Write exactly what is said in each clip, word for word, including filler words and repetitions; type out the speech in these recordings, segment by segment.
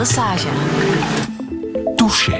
Lesage. Touché.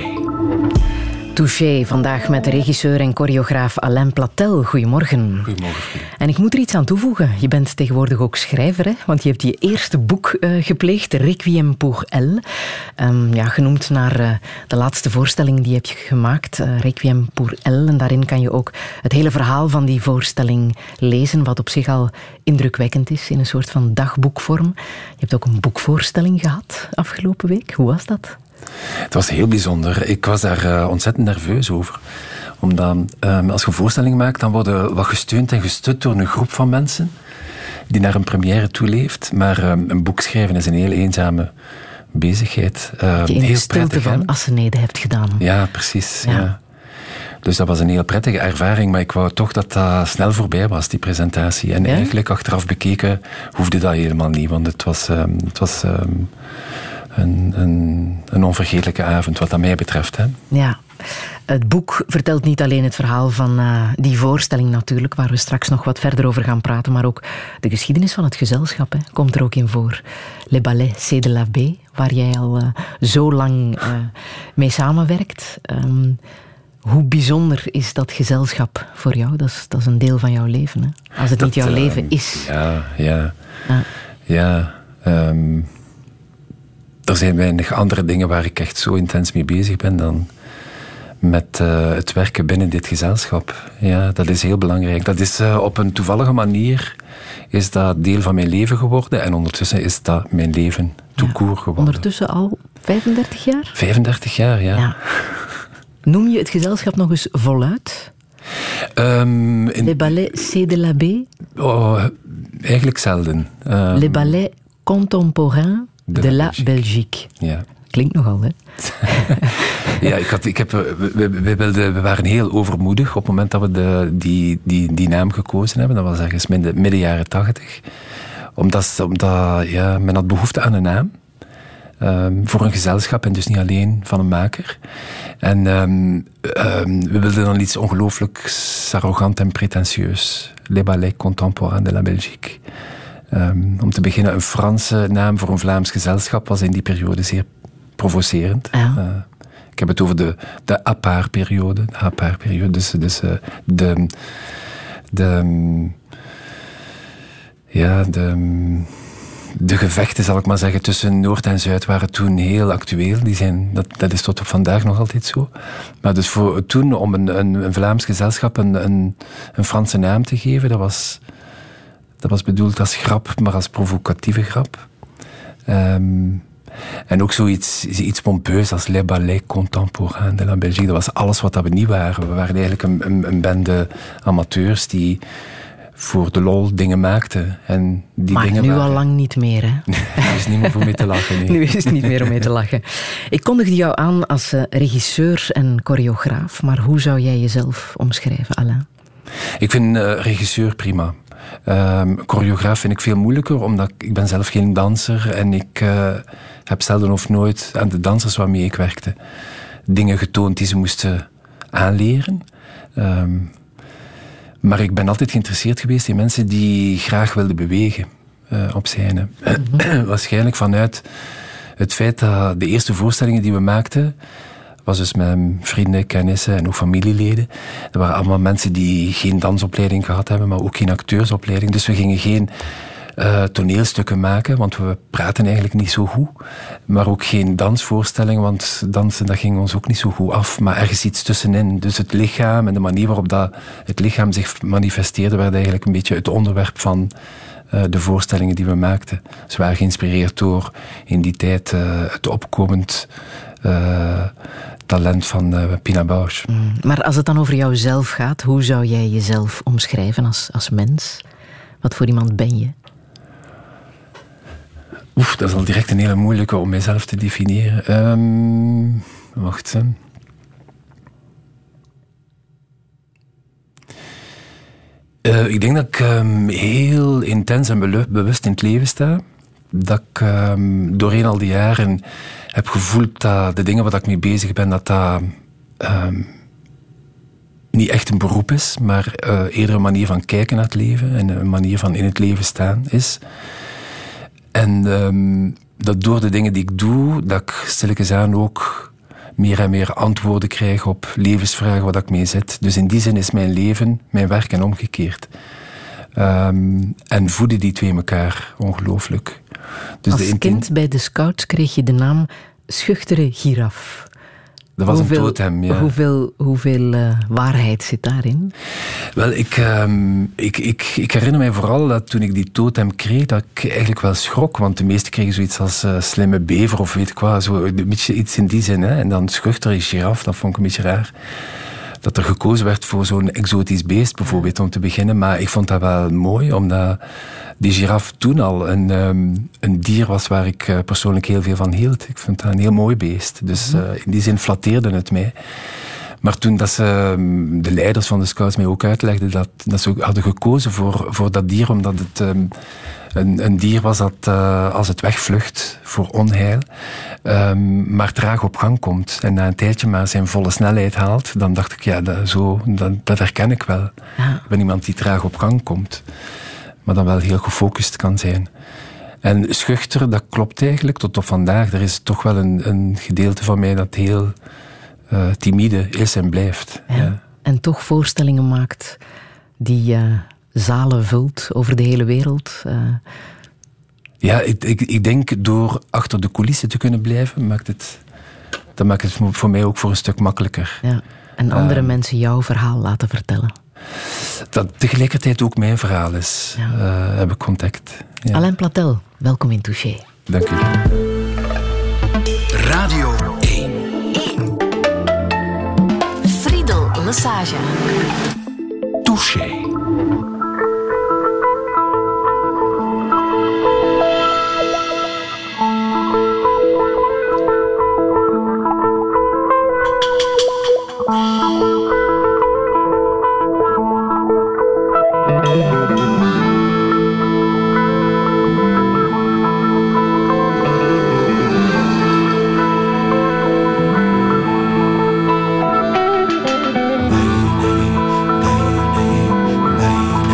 Touché, vandaag met de regisseur en choreograaf Alain Platel. Goedemorgen. Goedemorgen. En ik moet er iets aan toevoegen. Je bent tegenwoordig ook schrijver, hè? Want je hebt je eerste boek uh, gepleegd, Requiem pour Elle. Um, ja, genoemd naar uh, de laatste voorstelling die heb je gemaakt, uh, Requiem pour Elle. En daarin kan je ook het hele verhaal van die voorstelling lezen, wat op zich al indrukwekkend is, in een soort van dagboekvorm. Je hebt ook een boekvoorstelling gehad afgelopen week. Hoe was dat? Het was heel bijzonder. Ik was daar uh, ontzettend nerveus over. Omdat um, als je een voorstelling maakt, dan worden wat gesteund en gestut door een groep van mensen die naar een première toeleeft. Maar um, een boek schrijven is een heel eenzame bezigheid. Uh, die in heel de stilte prettig, van hè? Assenede hebt gedaan. Ja, precies. Ja. Ja. Dus dat was een heel prettige ervaring, maar ik wou toch dat dat snel voorbij was, die presentatie. En ja? eigenlijk, achteraf bekeken, hoefde dat helemaal niet, want het was... Um, het was um, Een, een, een onvergetelijke avond, wat dat mij betreft. Hè. Ja, het boek vertelt niet alleen het verhaal van uh, die voorstelling natuurlijk, waar we straks nog wat verder over gaan praten, maar ook de geschiedenis van het gezelschap hè, komt er ook in voor. Le Ballet C de la B, waar jij al uh, zo lang uh, mee samenwerkt. Um, hoe bijzonder is dat gezelschap voor jou? Dat is, dat is een deel van jouw leven. Hè? Als het dat, niet jouw uh, leven is. Ja, ja. Ah. Ja, um, er zijn weinig andere dingen waar ik echt zo intens mee bezig ben dan met uh, het werken binnen dit gezelschap. Ja, dat is heel belangrijk. Dat is uh, op een toevallige manier is dat deel van mijn leven geworden en ondertussen is dat mijn leven tout court geworden. Ondertussen al vijfendertig jaar? vijfendertig jaar, ja. ja. Noem je het gezelschap nog eens voluit? Um, in... Le Ballet C de la B? Oh, eigenlijk zelden. Um... Le Ballet Contemporain de, de la Belgique. Belgique. Ja. Klinkt nogal, hè? ja, ik had, ik heb, we, we, we, wilden, we waren heel overmoedig op het moment dat we de, die, die, die naam gekozen hebben. Dat was ergens midden, midden jaren tachtig. Omdat, omdat ja, men had behoefte aan een naam. Um, voor een gezelschap en dus niet alleen van een maker. En um, um, we wilden dan iets ongelooflijk arrogant en pretentieus. Les Ballets Contemporains de la Belgique. Um, om te beginnen, een Franse naam voor een Vlaams gezelschap was in die periode zeer provocerend. Ja. Uh, ik heb het over de, de à-part-periode. De à-part-periode, dus, dus uh, de... de ja, de... De gevechten, zal ik maar zeggen, tussen Noord en Zuid waren toen heel actueel. Die zijn, dat, dat is tot op vandaag nog altijd zo. Maar dus voor toen, om een, een, een Vlaams gezelschap een, een, een Franse naam te geven, dat was, dat was bedoeld als grap, maar als provocatieve grap. Um, en ook zoiets iets pompeus als Les Ballets Contemporains de la Belgique. Dat was alles wat dat we niet waren. We waren eigenlijk een, een, een bende amateurs die voor de lol dingen maakten. En die maar dingen nu waren... al lang niet meer, hè? Er is niet meer voor mee te lachen. Nee. Nu is het niet meer om mee te lachen. Ik kondigde jou aan als uh, regisseur en choreograaf, maar hoe zou jij jezelf omschrijven, Alain? Ik vind uh, regisseur prima. Um, choreograaf vind ik veel moeilijker, omdat ik, ik ben zelf geen danser en ik uh, heb zelden of nooit aan de dansers waarmee ik werkte dingen getoond die ze moesten aanleren. Um, Maar ik ben altijd geïnteresseerd geweest in mensen die graag wilden bewegen uh, op scène. Mm-hmm. Waarschijnlijk vanuit het feit dat de eerste voorstellingen die we maakten, was dus met vrienden, kennissen en ook familieleden. Dat waren allemaal mensen die geen dansopleiding gehad hebben, maar ook geen acteursopleiding. Dus we gingen geen uh, toneelstukken maken, want we praten eigenlijk niet zo goed. Maar ook geen dansvoorstellingen, want dansen dat ging ons ook niet zo goed af. Maar ergens iets tussenin. Dus het lichaam en de manier waarop dat het lichaam zich manifesteerde, werd eigenlijk een beetje het onderwerp van uh, de voorstellingen die we maakten. Ze waren geïnspireerd door in die tijd uh, het opkomend uh, talent van uh, Pina Bausch. Mm, maar als het dan over jouzelf gaat, hoe zou jij jezelf omschrijven als, als mens? Wat voor iemand ben je? Oef, dat is al direct een hele moeilijke om mijzelf te definiëren. Um, wacht. Uh, ik denk dat ik um, heel intens en belu- bewust in het leven sta. Dat ik um, doorheen al die jaren heb gevoeld dat de dingen waar ik mee bezig ben, dat dat um, niet echt een beroep is, maar uh, eerder een manier van kijken naar het leven en een manier van in het leven staan is. En um, dat door de dingen die ik doe, dat ik stilletjes aan ook meer en meer antwoorden krijg op levensvragen waar ik mee zit. Dus in die zin is mijn leven mijn werk en omgekeerd. Um, en voeden die twee elkaar ongelooflijk. Dus Als de inten- kind bij de Scouts kreeg je de naam Schuchtere Giraf. Dat was hoeveel, een totem, ja. Hoeveel, hoeveel uh, waarheid zit daarin? Wel, ik, um, ik, ik, ik herinner mij vooral dat toen ik die totem kreeg, dat ik eigenlijk wel schrok. Want de meesten kregen zoiets als uh, slimme bever of weet ik wat. Zo, een beetje iets in die zin. Hè. En dan schuchtere giraf, dat vond ik een beetje raar. Dat er gekozen werd voor zo'n exotisch beest bijvoorbeeld, om te beginnen. Maar ik vond dat wel mooi, omdat die giraf toen al een, um, een dier was waar ik uh, persoonlijk heel veel van hield. Ik vond dat een heel mooi beest. Dus uh, in die zin flatteerde het mij. Maar toen dat ze, um, de leiders van de Scouts mij ook uitlegden dat, dat ze hadden gekozen voor, voor dat dier, omdat het um, een, een dier was dat uh, als het wegvlucht voor onheil, um, maar traag op gang komt en na een tijdje maar zijn volle snelheid haalt, dan dacht ik, ja, dat, zo, dat, dat herken ik wel. Ja. Ik ben iemand die traag op gang komt, maar dan wel heel gefocust kan zijn. En schuchter, dat klopt eigenlijk tot op vandaag. Er is toch wel een, een gedeelte van mij dat heel uh, timide is en blijft. Ja. Ja. En toch voorstellingen maakt die uh, zalen vult over de hele wereld. Uh. Ja, ik, ik, ik denk door achter de coulissen te kunnen blijven, maakt het, dat maakt het voor mij ook voor een stuk makkelijker. Ja. En andere uh, mensen jouw verhaal laten vertellen. Dat tegelijkertijd ook mijn verhaal is, ja. uh, heb ik contact. Ja. Alain Platel, welkom in Touché. Dank u. Radio één. Friedel Lesage. Touché. Nee, nee, nee, nee,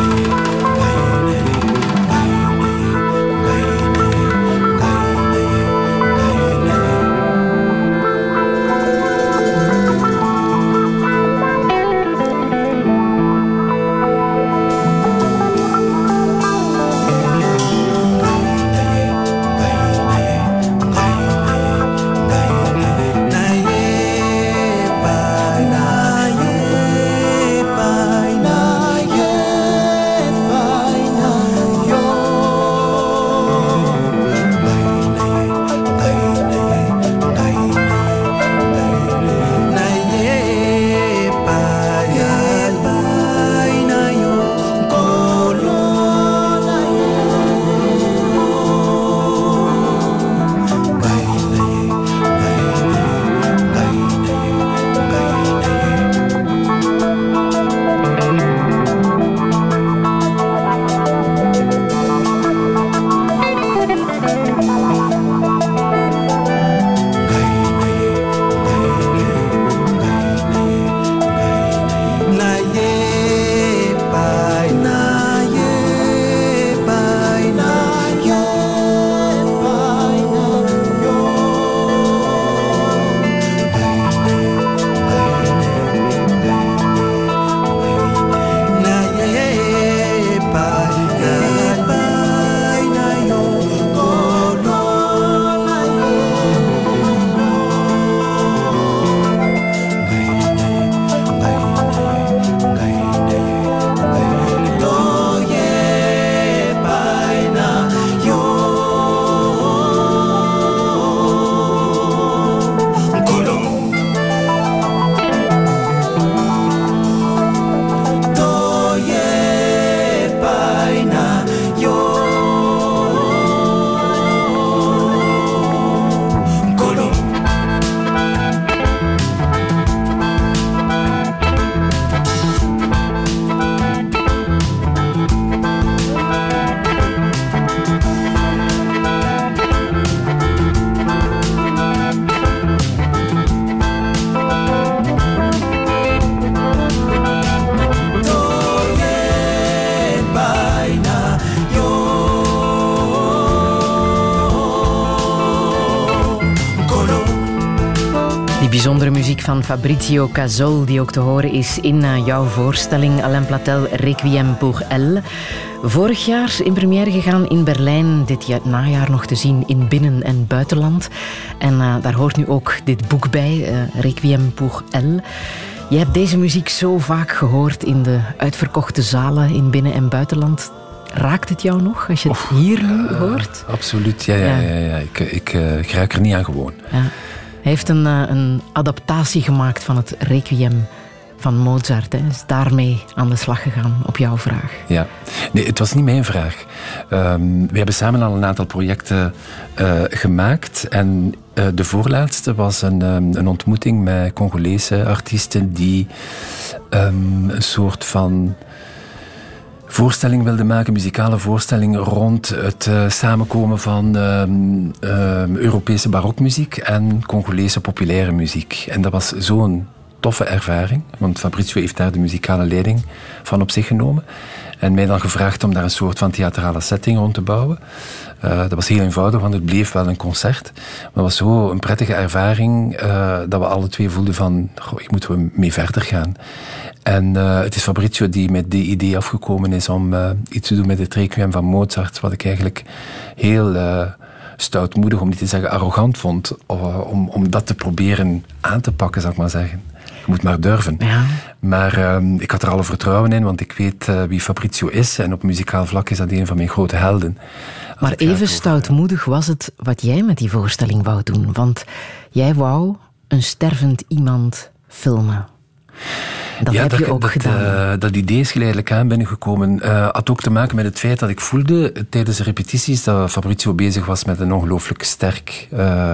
bijzondere muziek van Fabrizio Casol, die ook te horen is in uh, jouw voorstelling Alain Platel, Requiem pour Elle. Vorig jaar in première gegaan in Berlijn, dit jaar, najaar nog te zien in binnen- en buitenland. En uh, daar hoort nu ook dit boek bij, uh, Requiem pour Elle. Je hebt deze muziek zo vaak gehoord in de uitverkochte zalen in binnen- en buitenland. Raakt het jou nog als je het oh, hier nu uh, hoort? Absoluut, ja. ja, ja. ja, ja. Ik, ik, uh, ik raak er niet aan gewoon. Ja. Hij heeft een, uh, een adaptatie gemaakt van het Requiem van Mozart. Hè. Is daarmee aan de slag gegaan op jouw vraag? Ja, nee, het was niet mijn vraag. Um, we hebben samen al een aantal projecten uh, gemaakt. En uh, de voorlaatste was een, um, een ontmoeting met Congolese artiesten die um, een soort van voorstelling wilden maken, muzikale voorstelling rond het uh, samenkomen van uh, uh, Europese barokmuziek en Congolese populaire muziek. En dat was zo'n toffe ervaring, want Fabrizio heeft daar de muzikale leiding van op zich genomen en mij dan gevraagd om daar een soort van theatrale setting rond te bouwen. Uh, dat was heel eenvoudig, want het bleef wel een concert. Maar het was zo een prettige ervaring uh, dat we alle twee voelden van, goh, hier moeten we mee verder gaan. En uh, het is Fabrizio die met die idee afgekomen is om uh, iets te doen met het Requiem van Mozart, wat ik eigenlijk heel uh, stoutmoedig, om niet te zeggen arrogant vond, uh, om, om dat te proberen aan te pakken, zou ik maar zeggen. Je moet maar durven. Ja. Maar uh, ik had er alle vertrouwen in, want ik weet uh, wie Fabrizio is en op muzikaal vlak is dat een van mijn grote helden. Als maar even over, stoutmoedig was het wat jij met die voorstelling wou doen, want jij wou een stervend iemand filmen. Dat ja, heb dat, je ook dat, gedaan. Uh, dat idee is geleidelijk aan binnengekomen. Uh, had ook te maken met het feit dat ik voelde uh, tijdens de repetities dat Fabrizio bezig was met een ongelooflijk sterk uh,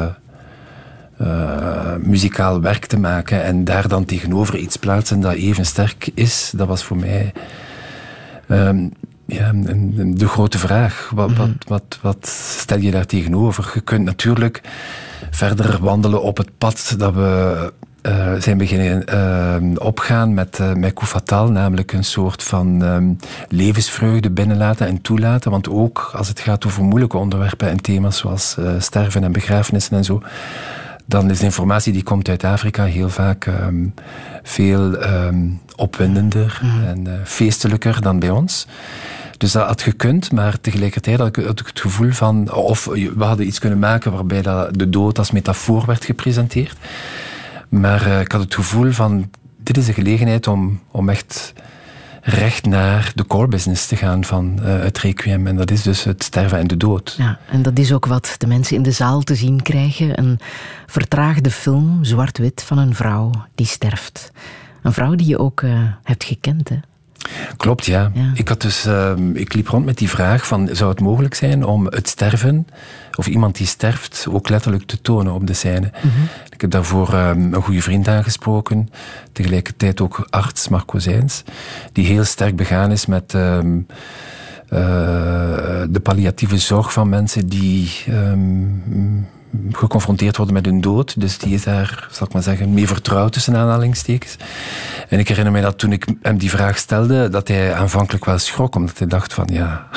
uh, muzikaal werk te maken en daar dan tegenover iets plaatsen dat even sterk is. Dat was voor mij um, ja, een, een, de grote vraag. Wat, mm-hmm. wat, wat, wat stel je daar tegenover? Je kunt natuurlijk verder wandelen op het pad dat we Uh, zijn beginnen uh, opgaan met, uh, met Coup Fatal, namelijk een soort van um, levensvreugde binnenlaten en toelaten. Want ook als het gaat over moeilijke onderwerpen en thema's zoals uh, sterven en begrafenissen en zo, dan is de informatie die komt uit Afrika heel vaak um, veel um, opwindender mm. en uh, feestelijker dan bij ons. Dus dat had gekund, maar tegelijkertijd had ik, had ik het gevoel van, of we hadden iets kunnen maken waarbij dat de dood als metafoor werd gepresenteerd. Maar uh, ik had het gevoel van, dit is de gelegenheid om, om echt recht naar de core business te gaan van uh, het Requiem. En dat is dus het sterven en de dood. Ja, en dat is ook wat de mensen in de zaal te zien krijgen. Een vertraagde film, zwart-wit, van een vrouw die sterft. Een vrouw die je ook uh, hebt gekend, hè? Klopt, ja. ja. Ik, had dus, uh, ik liep rond met die vraag van, zou het mogelijk zijn om het sterven, of iemand die sterft, ook letterlijk te tonen op de scène. Mm-hmm. Ik heb daarvoor um, een goede vriend aangesproken, tegelijkertijd ook arts Marco Zijns, die heel sterk begaan is met um, uh, de palliatieve zorg van mensen die um, geconfronteerd worden met hun dood. Dus die is daar, zal ik maar zeggen, mee vertrouwd tussen aanhalingstekens. En ik herinner mij dat toen ik hem die vraag stelde, dat hij aanvankelijk wel schrok, omdat hij dacht van, ja,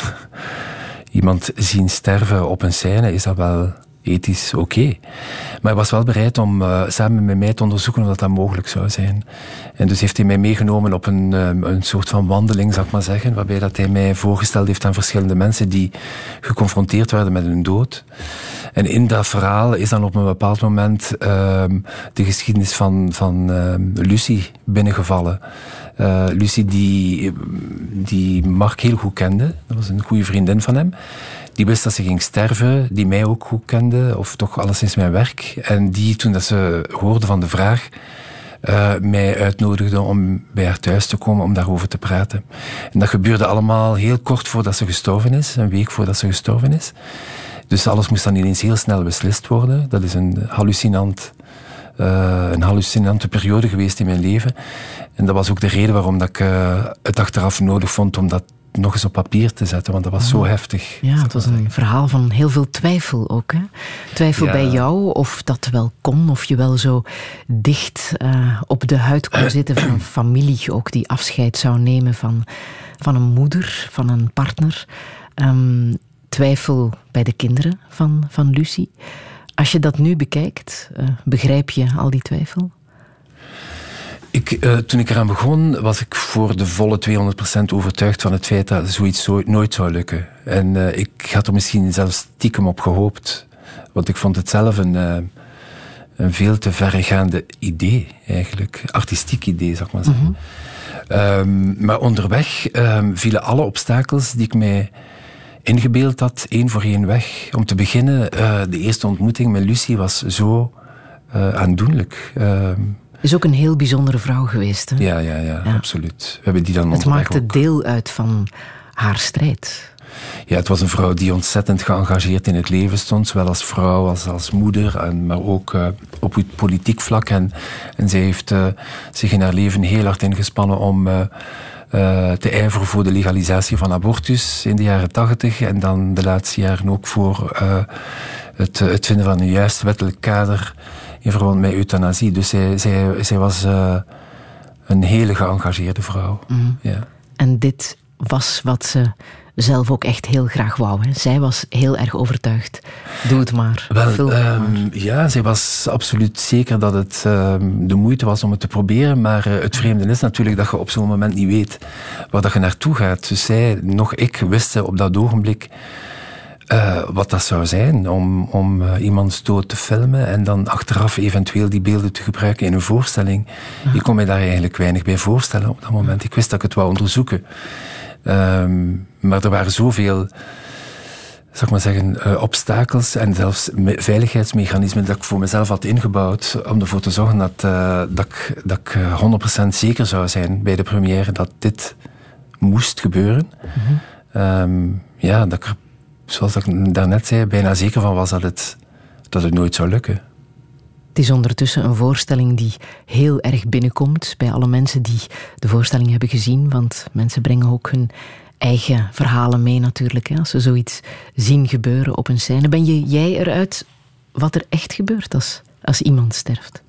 iemand zien sterven op een scène, is dat wel ethisch oké. Okay. Maar hij was wel bereid om uh, samen met mij te onderzoeken of dat, dat mogelijk zou zijn. En dus heeft hij mij meegenomen op een, um, een soort van wandeling, zal ik maar zeggen, waarbij dat hij mij voorgesteld heeft aan verschillende mensen die geconfronteerd werden met hun dood. En in dat verhaal is dan op een bepaald moment um, de geschiedenis van, van um, Lucie binnengevallen. Uh, Lucie die, die Mark heel goed kende, dat was een goede vriendin van hem. Die wist dat ze ging sterven, die mij ook goed kende, of toch alleszins mijn werk. En die, toen dat ze hoorde van de vraag, uh, mij uitnodigde om bij haar thuis te komen om daarover te praten. En dat gebeurde allemaal heel kort voordat ze gestorven is, een week voordat ze gestorven is. Dus alles moest dan ineens heel snel beslist worden. Dat is een hallucinant, uh, een hallucinante periode geweest in mijn leven. En dat was ook de reden waarom dat ik uh, het achteraf nodig vond om dat nog eens op papier te zetten, want dat was oh. zo heftig. Ja, het was een verhaal van heel veel twijfel ook. Hè? Twijfel ja. bij jou of dat wel kon, of je wel zo dicht uh, op de huid kon zitten van een familie ook die afscheid zou nemen van, van een moeder, van een partner. Um, twijfel bij de kinderen van, van Lucie. Als je dat nu bekijkt, uh, begrijp je al die twijfel? Ik, uh, toen ik eraan begon, was ik voor de volle tweehonderd procent overtuigd van het feit dat zoiets zo, nooit zou lukken. En uh, ik had er misschien zelfs stiekem op gehoopt. Want ik vond het zelf een, uh, een veel te verregaande idee, eigenlijk. Artistiek idee, zou ik maar zeggen. Mm-hmm. Um, maar onderweg um, vielen alle obstakels die ik mij ingebeeld had, één voor één weg. Om te beginnen, uh, de eerste ontmoeting met Lucie was zo uh, aandoenlijk. Uh, is ook een heel bijzondere vrouw geweest. Hè? Ja, ja, ja, ja, absoluut. We hebben die dan het maakte ook deel uit van haar strijd. Ja, het was een vrouw die ontzettend geëngageerd in het leven stond, zowel als vrouw als als moeder, en, maar ook uh, op het politiek vlak. En, en zij heeft uh, zich in haar leven heel hard ingespannen om uh, uh, te ijveren voor de legalisatie van abortus in de jaren tachtig en dan de laatste jaren ook voor uh, het, het vinden van een juist wettelijk kader in verband met euthanasie. Dus zij, zij, zij was uh, een hele geëngageerde vrouw. Mm. Ja. En dit was wat ze zelf ook echt heel graag wou. Hè? Zij was heel erg overtuigd. Doe het maar. Wel, Vul um, maar. Ja, zij was absoluut zeker dat het um, de moeite was om het te proberen, maar uh, het vreemde is natuurlijk dat je op zo'n moment niet weet waar dat je naartoe gaat. Dus zij, nog ik, wisten op dat ogenblik Uh, wat dat zou zijn om, om uh, iemands dood te filmen en dan achteraf eventueel die beelden te gebruiken in een voorstelling. Ja. Ik kon me daar eigenlijk weinig bij voorstellen op dat moment. Ik wist dat ik het wou onderzoeken. Um, maar er waren zoveel, zal ik maar zeggen, uh, obstakels en zelfs me- veiligheidsmechanismen dat ik voor mezelf had ingebouwd om ervoor te zorgen dat, uh, dat, ik, dat ik honderd procent zeker zou zijn bij de première dat dit moest gebeuren. Mm-hmm. Um, ja, dat ik er, zoals ik daarnet zei, bijna zeker van was dat het, dat het nooit zou lukken. Het is ondertussen een voorstelling die heel erg binnenkomt bij alle mensen die de voorstelling hebben gezien, want mensen brengen ook hun eigen verhalen mee natuurlijk, hè, als ze zoiets zien gebeuren op een scène. Ben je jij eruit wat er echt gebeurt als, als iemand sterft?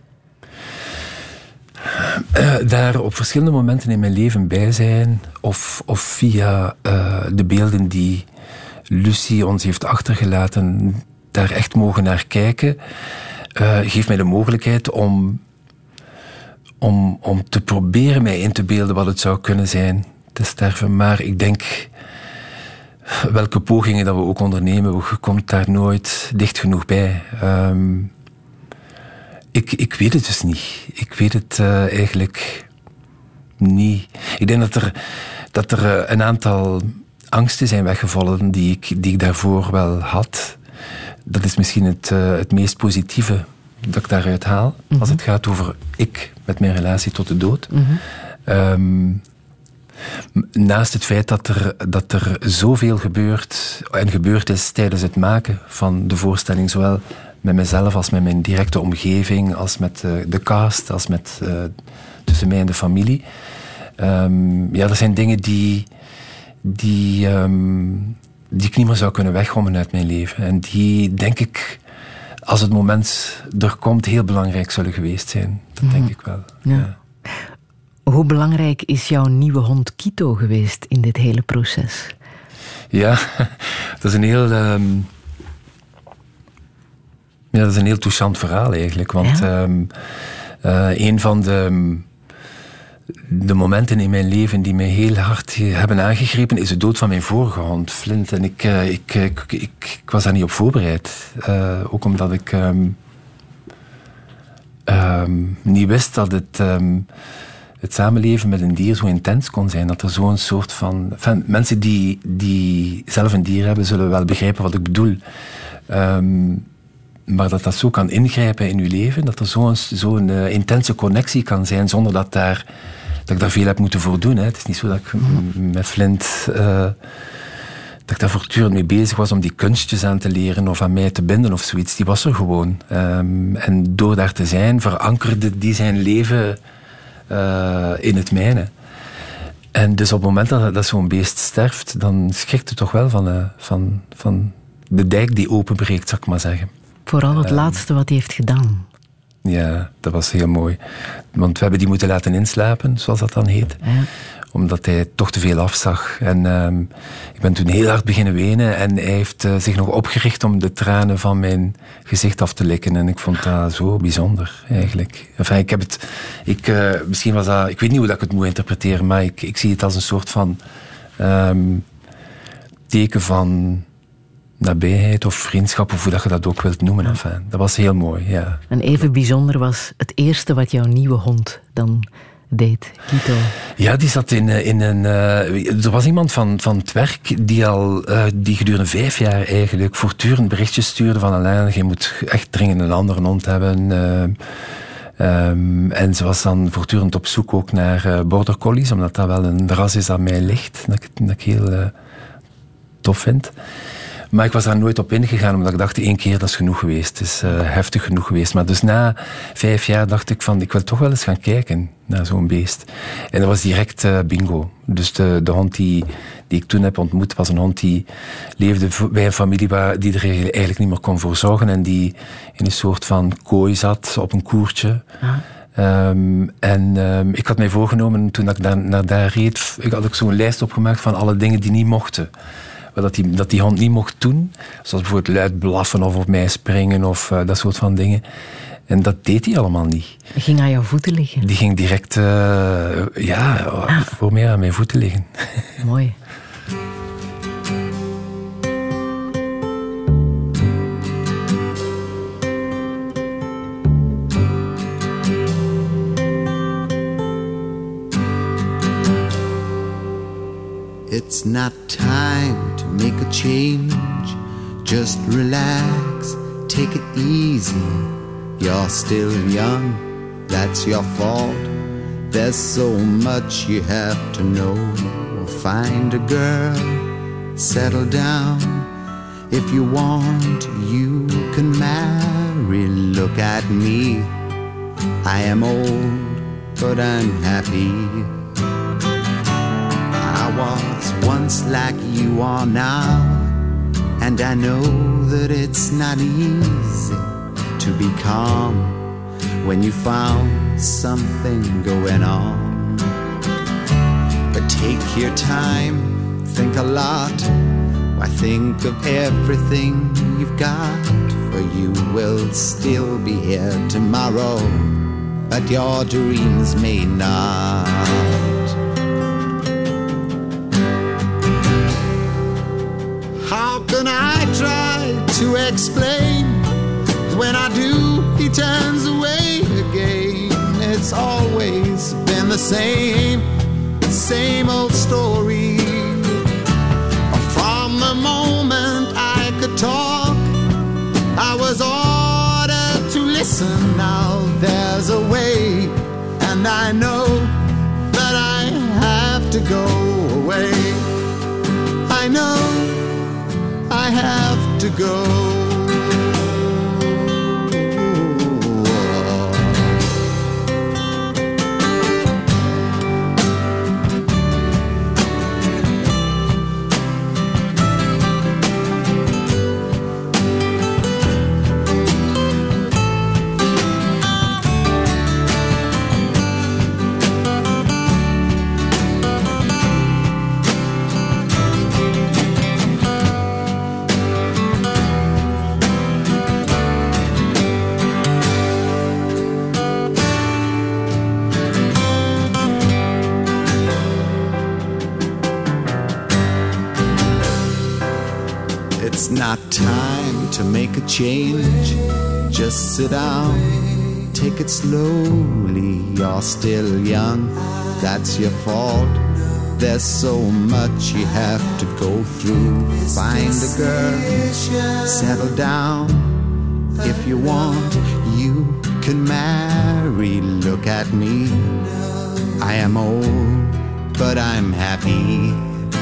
Uh, daar op verschillende momenten in mijn leven bij zijn, of, of via uh, de beelden die Lucie ons heeft achtergelaten, daar echt mogen naar kijken, uh, geeft mij de mogelijkheid om, om, om te proberen mij in te beelden wat het zou kunnen zijn te sterven. Maar ik denk, welke pogingen dat we ook ondernemen, je komt daar nooit dicht genoeg bij. Um, ik, ik weet het dus niet. Ik weet het uh, eigenlijk niet. Ik denk dat er, dat er uh, een aantal angsten zijn weggevallen die ik, die ik daarvoor wel had. Dat is misschien het, uh, het meest positieve dat ik daaruit haal. Mm-hmm. Als het gaat over ik met mijn relatie tot de dood. Mm-hmm. Um, naast het feit dat er, dat er zoveel gebeurt en gebeurd is tijdens het maken van de voorstelling, zowel met mezelf als met mijn directe omgeving, als met uh, de cast, als met uh, tussen mij en de familie. Um, ja, dat zijn dingen die die, um, die ik niet meer zou kunnen weggommen uit mijn leven. En die, denk ik, als het moment er komt, heel belangrijk zullen geweest zijn. Dat mm. denk ik wel. Ja. Ja. Hoe belangrijk is jouw nieuwe hond Kito geweest in dit hele proces? Ja, dat is een heel... Um, ja, dat is een heel touchant verhaal eigenlijk. Want ja? um, uh, een van de... De momenten in mijn leven die mij heel hard hebben aangegrepen is de dood van mijn vorige hond, Flint. En ik, uh, ik, ik, ik, ik was daar niet op voorbereid. Uh, ook omdat ik um, um, niet wist dat het, um, het samenleven met een dier zo intens kon zijn. Dat er zo'n soort van... van mensen die, die zelf een dier hebben, zullen wel begrijpen wat ik bedoel. Um, maar dat dat zo kan ingrijpen in uw leven, dat er zo'n, zo'n uh, intense connectie kan zijn, zonder dat, daar, dat ik daar veel heb moeten voor doen. Hè. Het is niet zo dat ik m- met Flint... Uh, dat ik daar voortdurend mee bezig was om die kunstjes aan te leren of aan mij te binden of zoiets. Die was er gewoon. Um, en door daar te zijn, verankerde die zijn leven uh, in het mijne. En dus op het moment dat, dat zo'n beest sterft, dan schrikt het toch wel van, uh, van, van de dijk die openbreekt, zou ik maar zeggen. Vooral het um, laatste wat hij heeft gedaan. Ja, dat was heel mooi. Want we hebben die moeten laten inslapen, zoals dat dan heet. Ja. Omdat hij toch te veel afzag. En um, ik ben toen heel hard beginnen wenen. En hij heeft uh, zich nog opgericht om de tranen van mijn gezicht af te likken. En ik vond dat zo bijzonder, eigenlijk. Enfin, ik heb het... Ik, uh, misschien was dat... Ik weet niet hoe dat ik het moet interpreteren, maar ik, ik zie het als een soort van... Um, teken van... nabijheid of vriendschap, of hoe dat je dat ook wilt noemen. Enfin, dat was heel mooi, ja. En even bijzonder was het eerste wat jouw nieuwe hond dan deed, Quito. Ja, die zat in, in een... Uh, er was iemand van, van het werk die al uh, die gedurende vijf jaar eigenlijk voortdurend berichtjes stuurde van Alain, je moet echt dringend een andere hond hebben. Uh, um, en ze was dan voortdurend op zoek ook naar uh, border collies, omdat dat wel een ras is dat mij ligt, dat ik, dat ik heel uh, tof vind. Maar ik was daar nooit op ingegaan, omdat ik dacht, één keer, dat is genoeg geweest. Het is uh, heftig genoeg geweest. Maar dus na vijf jaar dacht ik van, ik wil toch wel eens gaan kijken naar zo'n beest. En dat was direct uh, bingo. Dus de, de hond die, die ik toen heb ontmoet, was een hond die leefde bij een familie waar, die er eigenlijk niet meer kon voor zorgen. En die in een soort van kooi zat, op een koertje. Ah. Um, en um, ik had mij voorgenomen, toen ik daar, naar daar reed, ik had ik zo'n lijst opgemaakt van alle dingen die niet mochten. Dat die, dat die hond niet mocht doen. Zoals bijvoorbeeld luid blaffen of op mij springen of uh, dat soort van dingen. En dat deed hij allemaal niet. Die ging aan jouw voeten liggen? Die ging direct uh, ja, ah. voor mij aan mijn voeten liggen. Mooi. It's not time to make a change. Just relax, take it easy. You're still young, that's your fault. There's so much you have to know. Find a girl, settle down. If you want, you can marry. Look at me, I am old, but I'm happy. I was once like you are now, and I know that it's not easy to be calm when you found something going on. But take your time, think a lot. Why, think of everything you've got, for you will still be here tomorrow, but your dreams may not. How can I try to explain? When I do, he turns away again. It's always been the same, same old story. From the moment I could talk, I was ordered to listen. Now there's a way, and I know that I have to go away. I know I have to go. It's not time to make a change. Just sit down, take it slowly. You're still young, that's your fault. There's so much you have to go through. Find a girl, settle down. If you want, you can marry. Look at me, I am old, but I'm happy.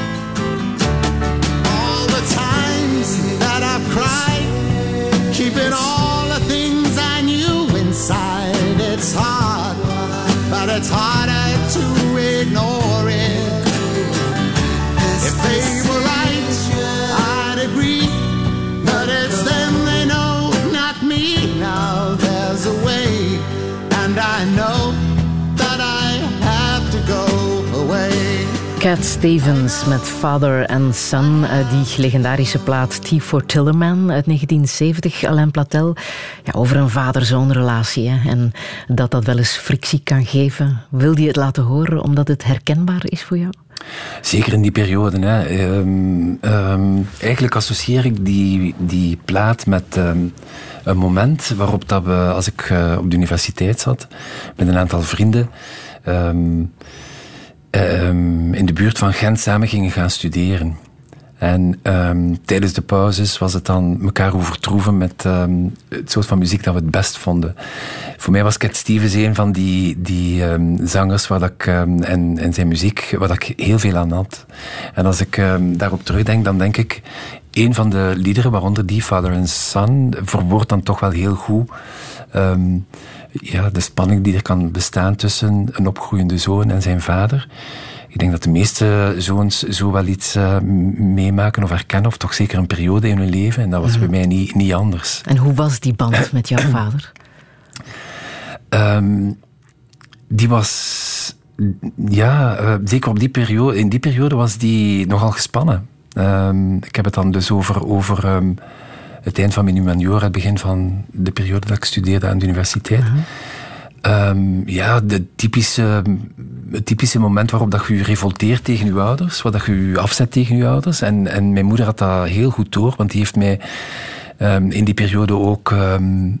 That I've cried, keeping all the things I knew inside. It's hard, but it's harder to ignore it. If they were right, I'd agree, but it's them they know, not me. Now there's a way, and I know that I have to go away. Cat Stevens met Father and Son, die legendarische plaat T for Tillerman uit negentien zeventig, Alain Platel. Ja, over een vader-zoon-relatie hè, en dat dat wel eens frictie kan geven. Wil je het laten horen omdat het herkenbaar is voor jou? Zeker in die periode. Hè. Um, um, eigenlijk associeer ik die, die plaat met um, een moment waarop dat we, als ik uh, op de universiteit zat, met een aantal vrienden, um, um, in de buurt van Gent samen gingen gaan studeren. En um, tijdens de pauzes was het dan elkaar overtroeven met um, het soort van muziek dat we het best vonden. Voor mij was Cat Stevens een van die, die um, zangers waar dat ik, um, en, en zijn muziek waar dat ik heel veel aan had. En als ik um, daarop terugdenk, dan denk ik, een van de liederen, waaronder die Father and Son, verwoordt dan toch wel heel goed um, ja, de spanning die er kan bestaan tussen een opgroeiende zoon en zijn vader. Ik denk dat de meeste zoons zo wel iets uh, meemaken of herkennen, of toch zeker een periode in hun leven. En dat was mm. bij mij niet, niet anders. En hoe was die band met jouw vader? Um, die was... Ja, uh, zeker op die periode, in die periode was die nogal gespannen. Um, ik heb het dan dus over, over um, het eind van mijn humaniora, het begin van de periode dat ik studeerde aan de universiteit. Uh-huh. Um, ja, de typische, het typische moment waarop dat je je revolteert tegen je ouders, waar dat je je afzet tegen je ouders. En, en mijn moeder had dat heel goed door, want die heeft mij um, in die periode ook um,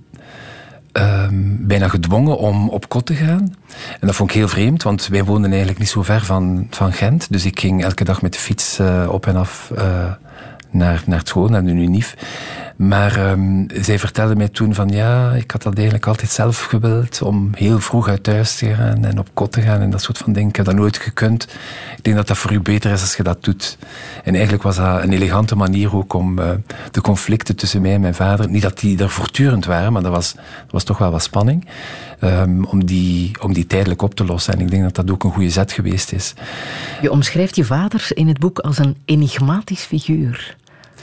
um, bijna gedwongen om op kot te gaan. En dat vond ik heel vreemd, want wij woonden eigenlijk niet zo ver van, van Gent. Dus ik ging elke dag met de fiets uh, op en af uh, naar, naar school, naar de UNIF. Maar um, zij vertelde mij toen van ja, ik had dat eigenlijk altijd zelf gewild, om heel vroeg uit thuis te gaan en op kot te gaan en dat soort van dingen. Ik heb dat nooit gekund. Ik denk dat dat voor u beter is als je dat doet. En eigenlijk was dat een elegante manier ook om uh, de conflicten tussen mij en mijn vader, niet dat die er voortdurend waren, maar dat was, dat was toch wel wat spanning, um, om, die, om die tijdelijk op te lossen. En ik denk dat dat ook een goede zet geweest is. Je omschrijft je vader in het boek als een enigmatisch figuur.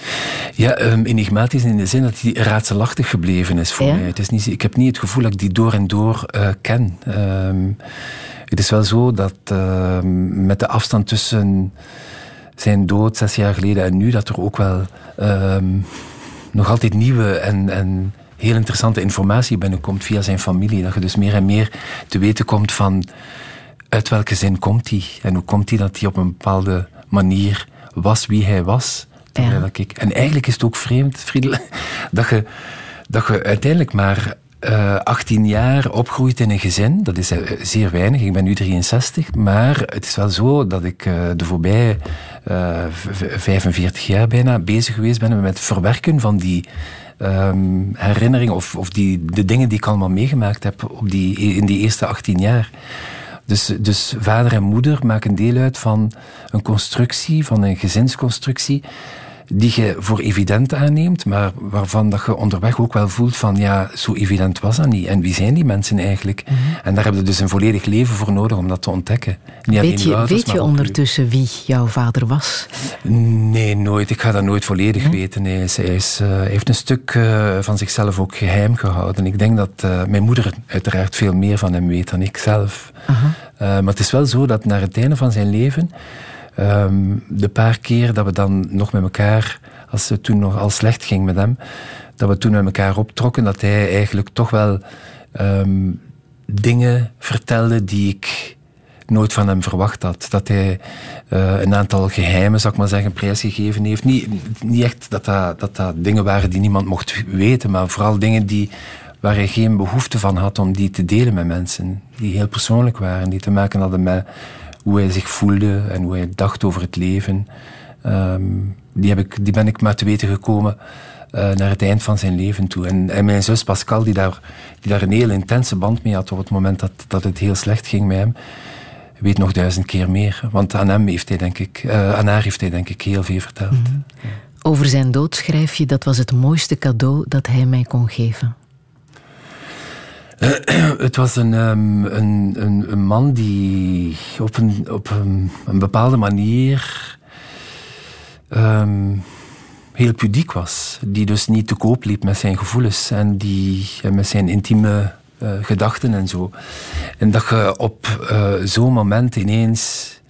Ja, um, enigmatisch in de zin dat hij raadselachtig gebleven is voor ja? mij. Het is niet, ik heb niet het gevoel dat ik die door en door uh, ken. Um, het is wel zo dat uh, met de afstand tussen zijn dood zes jaar geleden en nu, dat er ook wel um, nog altijd nieuwe en, en heel interessante informatie binnenkomt via zijn familie. Dat je dus meer en meer te weten komt van uit welke zin komt hij en hoe komt hij dat hij op een bepaalde manier was wie hij was. Ja. Ik, en eigenlijk is het ook vreemd, Friedel, dat je, dat je uiteindelijk maar uh, achttien jaar opgroeit in een gezin. Dat is uh, zeer weinig, ik ben nu drieënzestig. Maar het is wel zo dat ik uh, de voorbije uh, vijfenveertig jaar bijna bezig geweest ben met het verwerken van die um, herinneringen of, of die, de dingen die ik allemaal meegemaakt heb op die, in die eerste achttien jaar. Dus, dus vader en moeder maken deel uit van een constructie, van een gezinsconstructie, die je voor evident aanneemt, maar waarvan dat je onderweg ook wel voelt van, ja, zo evident was dat niet. En wie zijn die mensen eigenlijk? Mm-hmm. En daar heb je dus een volledig leven voor nodig om dat te ontdekken. Niet weet je, ouders, weet je ondertussen wie jouw vader was? Nee, nooit. Ik ga dat nooit volledig mm-hmm. weten. Nee, hij, is, uh, hij heeft een stuk uh, van zichzelf ook geheim gehouden. Ik denk dat uh, mijn moeder uiteraard veel meer van hem weet dan ik zelf. Uh-huh. Uh, maar het is wel zo dat naar het einde van zijn leven, Um, de paar keer dat we dan nog met elkaar, als het toen nog al slecht ging met hem, dat we toen met elkaar optrokken, dat hij eigenlijk toch wel um, dingen vertelde die ik nooit van hem verwacht had. Dat hij uh, een aantal geheimen, zou ik maar zeggen, prijsgegeven heeft. Niet, niet echt dat dat, dat dat dingen waren die niemand mocht weten, maar vooral dingen die, waar hij geen behoefte van had om die te delen met mensen. Die heel persoonlijk waren, die te maken hadden met hoe hij zich voelde en hoe hij dacht over het leven. Um, die, heb ik, die ben ik maar te weten gekomen uh, naar het eind van zijn leven toe. En, en mijn zus Pascal, die daar, die daar een heel intense band mee had op het moment dat, dat het heel slecht ging met hem, weet nog duizend keer meer. Want aan hem heeft hij, denk ik, uh, aan haar heeft hij denk ik heel veel verteld. Mm-hmm. Ja. Over zijn dood schrijf je, dat was het mooiste cadeau dat hij mij kon geven. Uh, het was een, um, een, een, een man die op een, op een, een bepaalde manier um, heel pudiek was. Die dus niet te koop liep met zijn gevoelens en die, met zijn intieme uh, gedachten en zo. En dat je op uh, zo'n moment ineens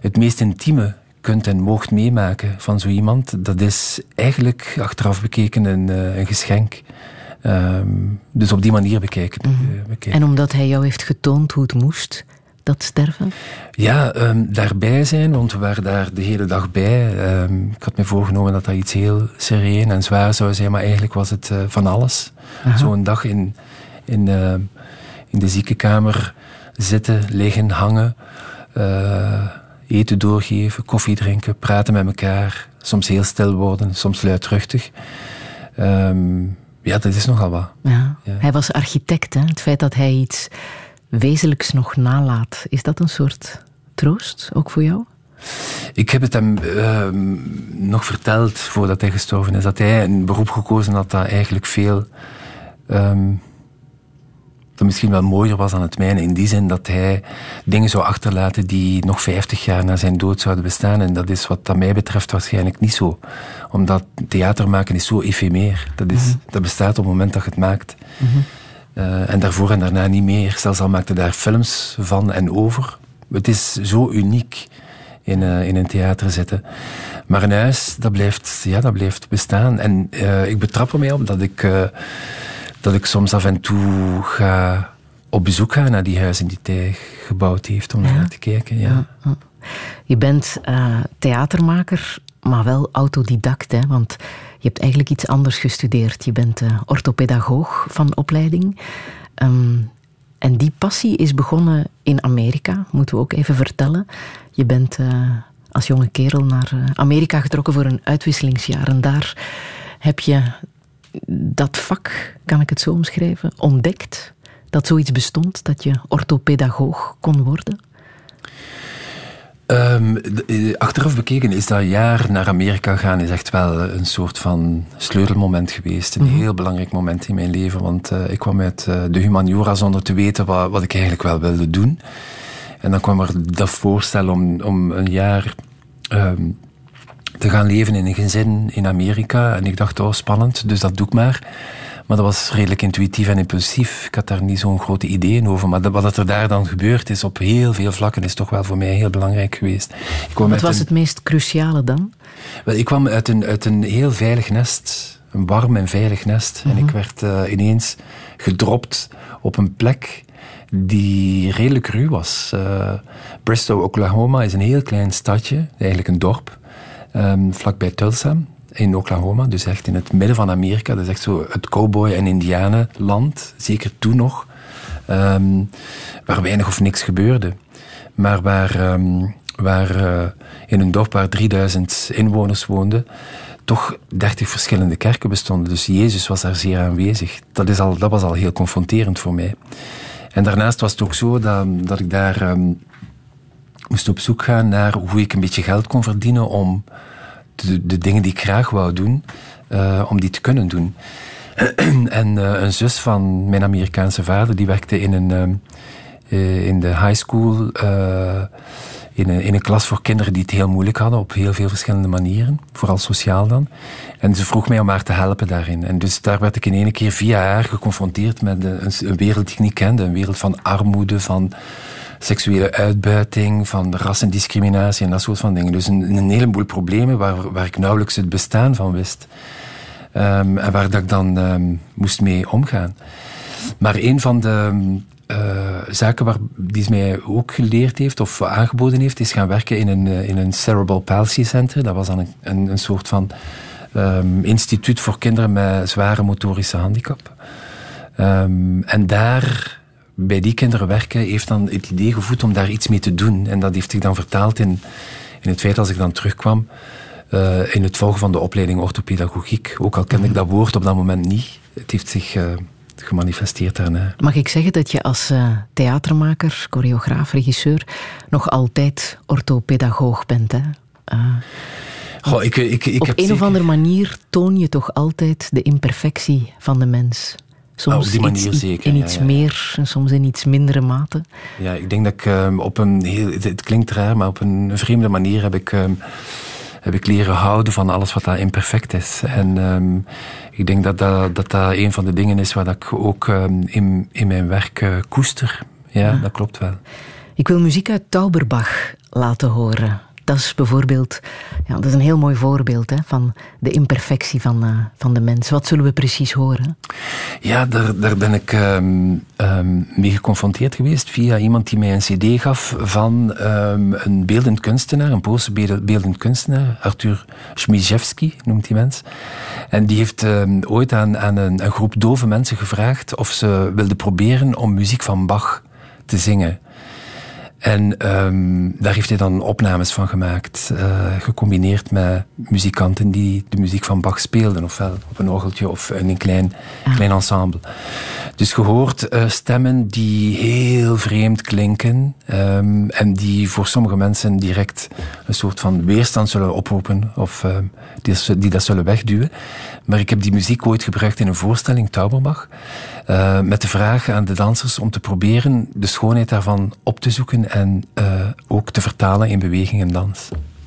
het meest intieme kunt en moogt meemaken van zo iemand, dat is eigenlijk achteraf bekeken een, een geschenk. Um, dus op die manier bekijken. Mm-hmm. bekijken. En omdat hij jou heeft getoond hoe het moest, dat sterven? Ja, um, daarbij zijn, want we waren daar de hele dag bij. Um, ik had me voorgenomen dat dat iets heel sereen en zwaar zou zijn, maar eigenlijk was het uh, van alles. Aha. Zo'n dag in, in, uh, in de ziekenkamer zitten, liggen, hangen, uh, eten doorgeven, koffie drinken, praten met elkaar, soms heel stil worden, soms luidruchtig. Um, ja, dat is nogal wat. Ja. Ja. Hij was architect, hè? Het feit dat hij iets wezenlijks nog nalaat, is dat een soort troost, ook voor jou? Ik heb het hem uh, nog verteld voordat hij gestorven is, dat hij een beroep gekozen had dat eigenlijk veel um, dat misschien wel mooier was dan het mijne, in die zin dat hij dingen zou achterlaten die nog vijftig jaar na zijn dood zouden bestaan. En dat is wat dat mij betreft waarschijnlijk niet zo. Omdat theater maken is zo efemeer. Dat, is, mm-hmm. dat bestaat op het moment dat je het maakt. Mm-hmm. Uh, en daarvoor en daarna niet meer. Zelfs al maakte daar films van en over. Het is zo uniek in, uh, in een theater zitten. Maar een huis, dat blijft, ja, dat blijft bestaan. En uh, ik betrap er mij op dat ik... Uh, dat ik soms af en toe ga op bezoek ga naar die huizen die hij gebouwd heeft, om ja. naar te kijken. Ja. Ja. Je bent uh, theatermaker, maar wel autodidact, hè? Want je hebt eigenlijk iets anders gestudeerd. Je bent uh, orthopedagoog van opleiding. Um, en die passie is begonnen in Amerika, moeten we ook even vertellen. Je bent uh, als jonge kerel naar uh, Amerika getrokken voor een uitwisselingsjaar. En daar heb je dat vak, kan ik het zo omschrijven, ontdekt? Dat zoiets bestond, dat je orthopedagoog kon worden? Um, achteraf bekeken is dat jaar naar Amerika gaan is echt wel een soort van sleutelmoment geweest. Een mm-hmm. heel belangrijk moment in mijn leven. Want uh, ik kwam uit uh, de humaniora zonder te weten wat, wat ik eigenlijk wel wilde doen. En dan kwam er dat voorstel om, om een jaar... Um, te gaan leven in een gezin in Amerika. En ik dacht, oh, spannend, dus dat doe ik maar. Maar dat was redelijk intuïtief en impulsief. Ik had daar niet zo'n grote ideeën over. Maar wat er daar dan gebeurd is, op heel veel vlakken, is toch wel voor mij heel belangrijk geweest. Ik kwam wat was een, het meest cruciale dan? Wel, ik kwam uit een, uit een heel veilig nest. Een warm en veilig nest. Mm-hmm. En ik werd uh, ineens gedropt op een plek die redelijk ruw was. Uh, Bristow, Oklahoma, is een heel klein stadje. Eigenlijk een dorp. Um, vlakbij Tulsa, in Oklahoma, dus echt in het midden van Amerika. Dat is echt zo het cowboy- en indianenland, zeker toen nog, um, waar weinig of niks gebeurde. Maar waar, um, waar uh, in een dorp waar drieduizend inwoners woonden, toch dertig verschillende kerken bestonden. Dus Jezus was daar zeer aanwezig. Dat, is al, dat was al heel confronterend voor mij. En daarnaast was het ook zo dat, dat ik daar... Um, moest op zoek gaan naar hoe ik een beetje geld kon verdienen om de, de dingen die ik graag wou doen, uh, om die te kunnen doen. En uh, een zus van mijn Amerikaanse vader, die werkte in, een, uh, in de high school, uh, in, een, in een klas voor kinderen die het heel moeilijk hadden, op heel veel verschillende manieren, vooral sociaal dan. En ze vroeg mij om haar te helpen daarin. En dus daar werd ik in één keer via haar geconfronteerd met een, een wereld die ik niet kende, een wereld van armoede, van seksuele uitbuiting, van rassendiscriminatie en dat soort van dingen. Dus een, een heleboel problemen waar, waar ik nauwelijks het bestaan van wist. Um, en waar dat ik dan um, moest mee omgaan. Maar een van de uh, zaken waar, die ze mij ook geleerd heeft of aangeboden heeft, is gaan werken in een, in een Cerebral Palsy Center. Dat was dan een, een, een soort van um, instituut voor kinderen met zware motorische handicap. Um, en daar... bij die kinderen werken heeft dan het idee gevoed om daar iets mee te doen. En dat heeft zich dan vertaald in, in het feit als ik dan terugkwam uh, in het volgen van de opleiding orthopedagogiek. Ook al kende ik dat woord op dat moment niet. Het heeft zich uh, gemanifesteerd daarna. Mag ik zeggen dat je als uh, theatermaker, choreograaf, regisseur nog altijd orthopedagoog bent, hè? Uh, Goh, ik, ik, ik op heb een zeker... of andere manier toon je toch altijd de imperfectie van de mens. Soms oh, op die manier iets, zeker. in ja, iets ja. meer en soms in iets mindere mate. Ja, ik denk dat ik um, op een heel... Het, het klinkt raar, maar op een vreemde manier heb ik, um, heb ik leren houden van alles wat daar imperfect is. En um, ik denk dat dat, dat dat een van de dingen is waar dat ik ook um, in, in mijn werk uh, koester. Ja, ja, dat klopt wel. Ik wil muziek uit Tauberbach laten horen. Dat is bijvoorbeeld, ja, dat is een heel mooi voorbeeld hè, van de imperfectie van, uh, van de mens. Wat zullen we precies horen? Ja, daar, daar ben ik um, um, mee geconfronteerd geweest via iemand die mij een cd gaf van um, een beeldend kunstenaar, een Poolse beeldend kunstenaar, Artur Śmiejewski noemt die mens. En die heeft um, ooit aan, aan een, een groep dove mensen gevraagd of ze wilden proberen om muziek van Bach te zingen. En um, daar heeft hij dan opnames van gemaakt, uh, gecombineerd met muzikanten die de muziek van Bach speelden, ofwel op een orgeltje of in een klein, ah. klein ensemble. Dus je hoort uh, stemmen die heel vreemd klinken um, en die voor sommige mensen direct een soort van weerstand zullen oproepen of uh, die, die dat zullen wegduwen. Maar ik heb die muziek ooit gebruikt in een voorstelling, Tauberbach, uh, met de vraag aan de dansers om te proberen de schoonheid daarvan op te zoeken en uh, ook te vertalen in beweging en dans.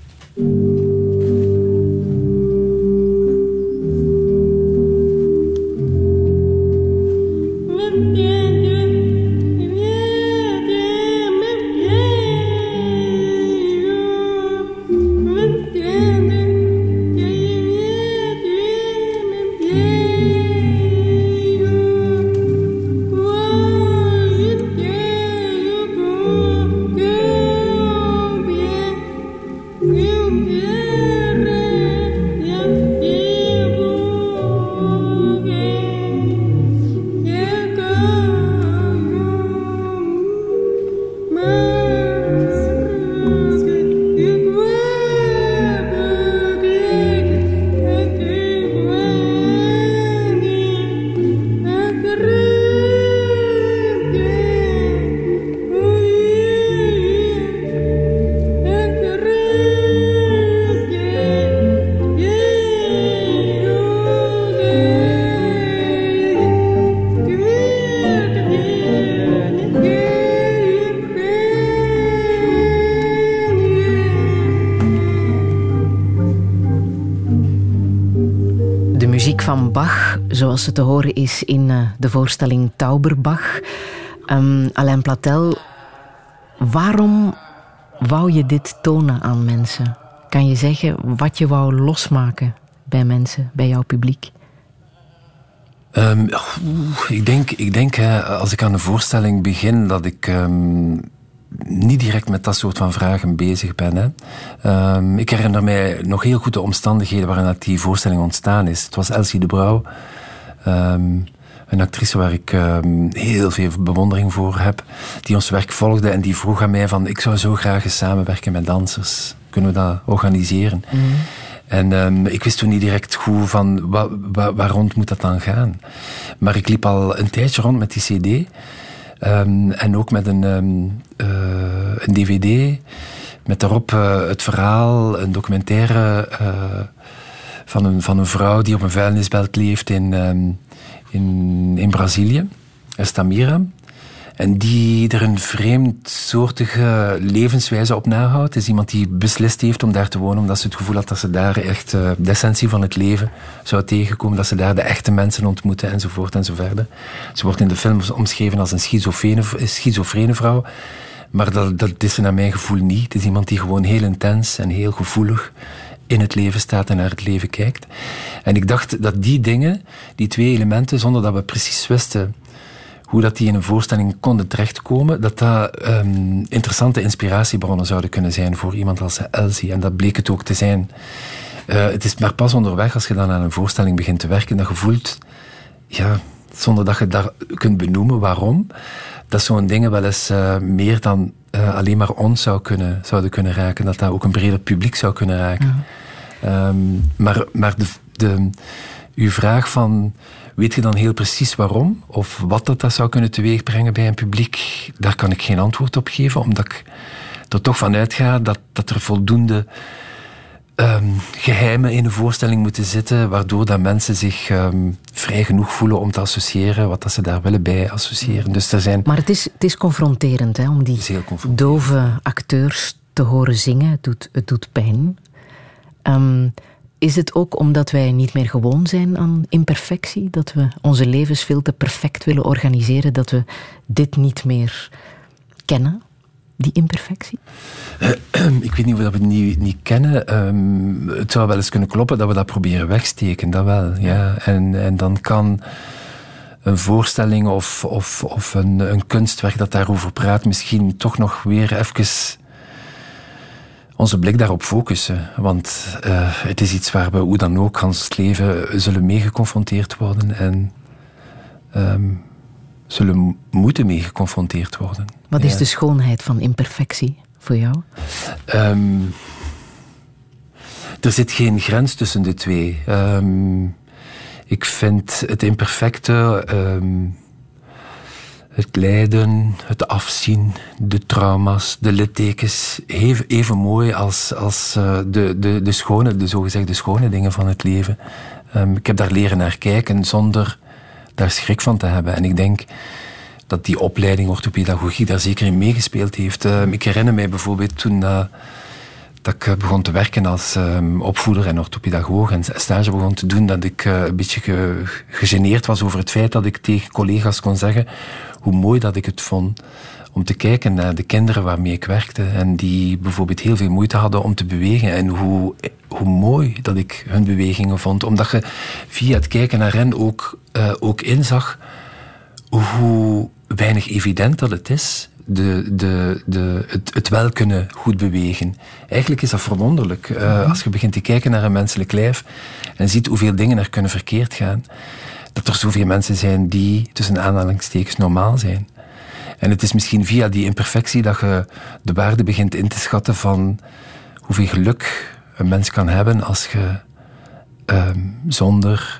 Van Bach, zoals ze te horen is in uh, de voorstelling Tauberbach. Um, Alain Platel, waarom wou je dit tonen aan mensen? Kan je zeggen wat je wou losmaken bij mensen, bij jouw publiek? Um, ik denk, ik denk hè, als ik aan een voorstelling begin, dat ik um, niet direct met dat soort van vragen bezig ben. Hè. Um, ik herinner mij nog heel goed de omstandigheden waarin dat die voorstelling ontstaan is. Het was Elsie de Brouw, um, een actrice waar ik um, heel veel bewondering voor heb, die ons werk volgde en die vroeg aan mij van, ik zou zo graag eens samenwerken met dansers. Kunnen we dat organiseren? Mm. En um, ik wist toen niet direct goed van, wa, wa, waar rond moet dat dan gaan? Maar ik liep al een tijdje rond met die cd. Um, en ook met een, um, uh, een dvd, met daarop uh, het verhaal, een documentaire uh, van, een, van een vrouw die op een vuilnisbelt leeft in, um, in, in Brazilië, Estamira. En die er een vreemdsoortige levenswijze op nahoudt. Het is iemand die beslist heeft om daar te wonen, omdat ze het gevoel had dat ze daar echt uh, de essentie van het leven zou tegenkomen, dat ze daar de echte mensen ontmoeten, enzovoort enzoverder. Ze wordt in de film omschreven als een schizofrene, schizofrene vrouw, maar dat, dat is ze naar mijn gevoel niet. Het is iemand die gewoon heel intens en heel gevoelig in het leven staat en naar het leven kijkt. En ik dacht dat die dingen, die twee elementen, zonder dat we precies wisten hoe dat die in een voorstelling konden terechtkomen, dat dat um, interessante inspiratiebronnen zouden kunnen zijn voor iemand als Elsie. En dat bleek het ook te zijn. Uh, het is maar pas onderweg, als je dan aan een voorstelling begint te werken, dat je voelt, ja, zonder dat je daar kunt benoemen waarom, dat zo'n dingen wel eens uh, meer dan uh, alleen maar ons zou kunnen, zouden kunnen raken. Dat dat ook een breder publiek zou kunnen raken. Ja. Um, maar maar de, de, uw vraag van, weet je dan heel precies waarom? Of wat dat, dat zou kunnen teweegbrengen bij een publiek? Daar kan ik geen antwoord op geven, omdat ik er toch van uitga dat, dat er voldoende um, geheimen in een voorstelling moeten zitten, waardoor dat mensen zich um, vrij genoeg voelen om te associëren wat dat ze daar willen bij associëren. Dus er zijn... Maar het is, het is confronterend, hè, om die dove acteurs te horen zingen. Het doet, het doet pijn. Um, Is het ook omdat wij niet meer gewoon zijn aan imperfectie? Dat we onze levens veel te perfect willen organiseren? Dat we dit niet meer kennen? die imperfectie? Ik weet niet of we dat niet, niet kennen. Um, het zou wel eens kunnen kloppen dat we dat proberen wegsteken, dat wel. Ja. En, en dan kan een voorstelling of, of, of een, een kunstwerk dat daarover praat misschien toch nog weer even onze blik daarop focussen. Want uh, het is iets waar we hoe dan ook ons leven zullen mee geconfronteerd worden en um, zullen moeten mee geconfronteerd worden. Wat is ja. de schoonheid van imperfectie voor jou? Um, er zit geen grens tussen de twee. Um, ik vind het imperfecte, um, het lijden, het afzien, de trauma's, de littekens, even, even mooi als, als uh, de, de, de schone, de zogezegde schone dingen van het leven. Um, ik heb daar leren naar kijken zonder daar schrik van te hebben. En ik denk dat die opleiding orthopedagogie daar zeker in meegespeeld heeft. Uh, ik herinner mij bijvoorbeeld toen uh, dat ik begon te werken als um, opvoeder en orthopedagoog en stage begon te doen, dat ik uh, een beetje ge, gegeneerd was over het feit dat ik tegen collega's kon zeggen hoe mooi dat ik het vond om te kijken naar de kinderen waarmee ik werkte en die bijvoorbeeld heel veel moeite hadden om te bewegen en hoe, hoe mooi dat ik hun bewegingen vond. Omdat je via het kijken naar hen ook, uh, ook inzag hoe weinig evident dat het is, de, de, de, het, het wel kunnen goed bewegen. Eigenlijk is dat verwonderlijk. Uh, als je begint te kijken naar een menselijk lijf en ziet hoeveel dingen er kunnen verkeerd gaan, dat er zoveel mensen zijn die tussen aanhalingstekens normaal zijn. En het is misschien via die imperfectie dat je de waarde begint in te schatten van hoeveel geluk een mens kan hebben als je um, zonder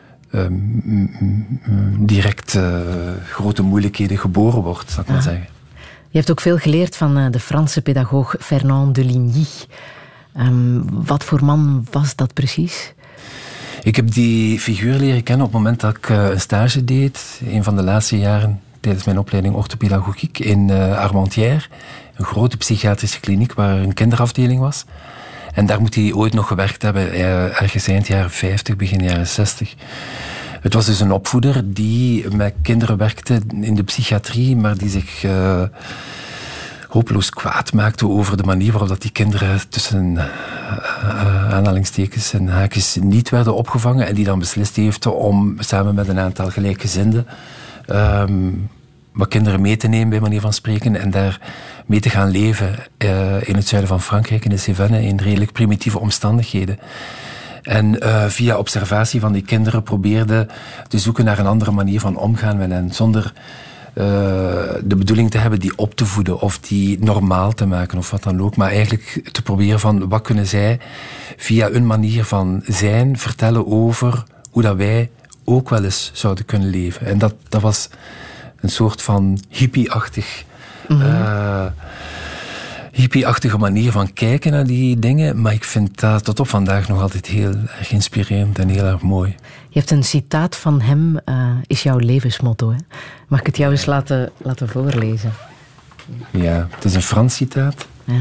um, direct uh, grote moeilijkheden geboren wordt, zou ik maar zeggen. Je hebt ook veel geleerd van uh, de Franse pedagoog Fernand de Ligny. Um, wat voor man was dat precies? Ik heb die figuur leren kennen op het moment dat ik uh, een stage deed, een van de laatste jaren tijdens mijn opleiding orthopedagogiek in uh, Armentières, een grote psychiatrische kliniek waar een kinderafdeling was. En daar moet hij ooit nog gewerkt hebben, uh, ergens eind jaren vijftig, begin jaren zestig. Het was dus een opvoeder die met kinderen werkte in de psychiatrie, maar die zich uh, hopeloos kwaad maakte over de manier waarop dat die kinderen tussen uh, uh, aanhalingstekens en haakjes niet werden opgevangen en die dan beslist heeft om samen met een aantal gelijkgezinden um, wat kinderen mee te nemen, bij manier van spreken, en daar mee te gaan leven uh, in het zuiden van Frankrijk, in de Cévennes, in redelijk primitieve omstandigheden. En uh, via observatie van die kinderen probeerde te zoeken naar een andere manier van omgaan met hen, zonder uh, de bedoeling te hebben die op te voeden of die normaal te maken of wat dan ook, maar eigenlijk te proberen van wat kunnen zij via hun manier van zijn vertellen over hoe dat wij ook wel eens zouden kunnen leven. En dat, dat was een soort van hippie-achtig mm-hmm. uh, hippie-achtige manier van kijken naar die dingen, maar ik vind dat tot op vandaag nog altijd heel erg inspirerend en heel erg mooi. Je hebt een citaat van hem, uh, is jouw levensmotto. Hè? Mag ik het jou eens laten, laten voorlezen? Ja, het is een Frans citaat. Ja.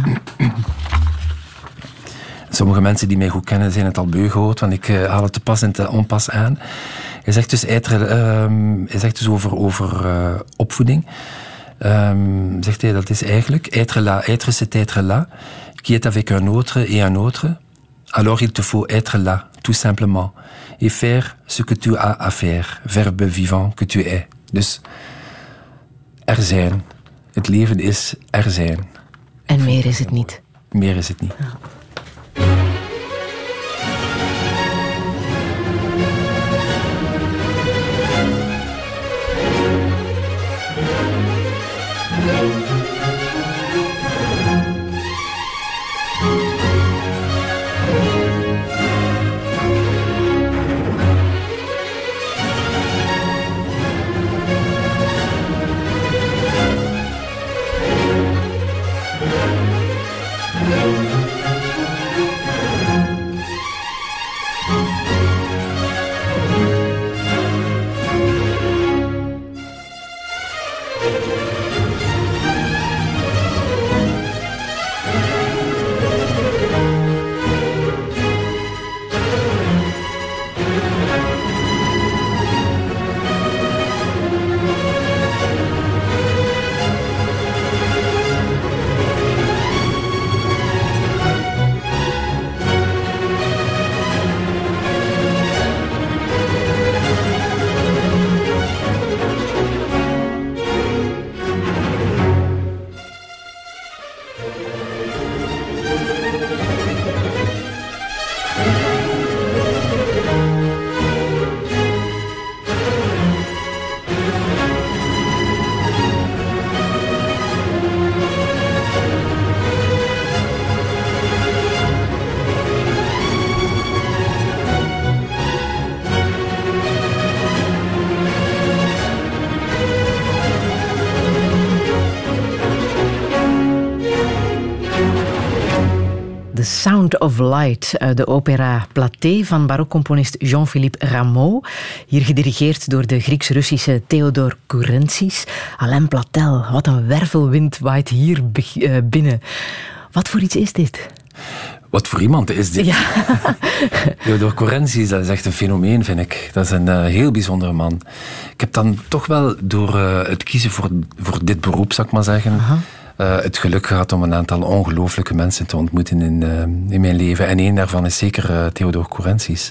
Sommige mensen die mij goed kennen zijn het al beu gehoord, want ik uh, haal het te pas en te onpas aan. Hij zegt dus, uh, hij zegt dus over, over uh, opvoeding. Um, zegt hij, dat is eigenlijk être là, être c'est être là, qui est avec un autre et un autre, alors il te faut être là, tout simplement, et faire ce que tu as à faire, verbe vivant que tu es. Dus er zijn. Het leven is er zijn. En meer is het niet. Meer is het niet. Ja. Sound of Light uit de opera Platée van barokcomponist Jean-Philippe Rameau. Hier gedirigeerd door de Grieks-Russische Theodor Kourentsis. Alain Platel, wat een wervelwind waait hier binnen. Wat voor iets is dit? Wat voor iemand is dit? Ja. Theodor Kourentsis, dat is echt een fenomeen, vind ik. Dat is een uh, heel bijzondere man. Ik heb dan toch wel door uh, het kiezen voor, voor dit beroep, zou ik maar zeggen... Uh, het geluk gehad om een aantal ongelooflijke mensen te ontmoeten in, uh, in mijn leven. En één daarvan is zeker uh, Theodor Kourentsis.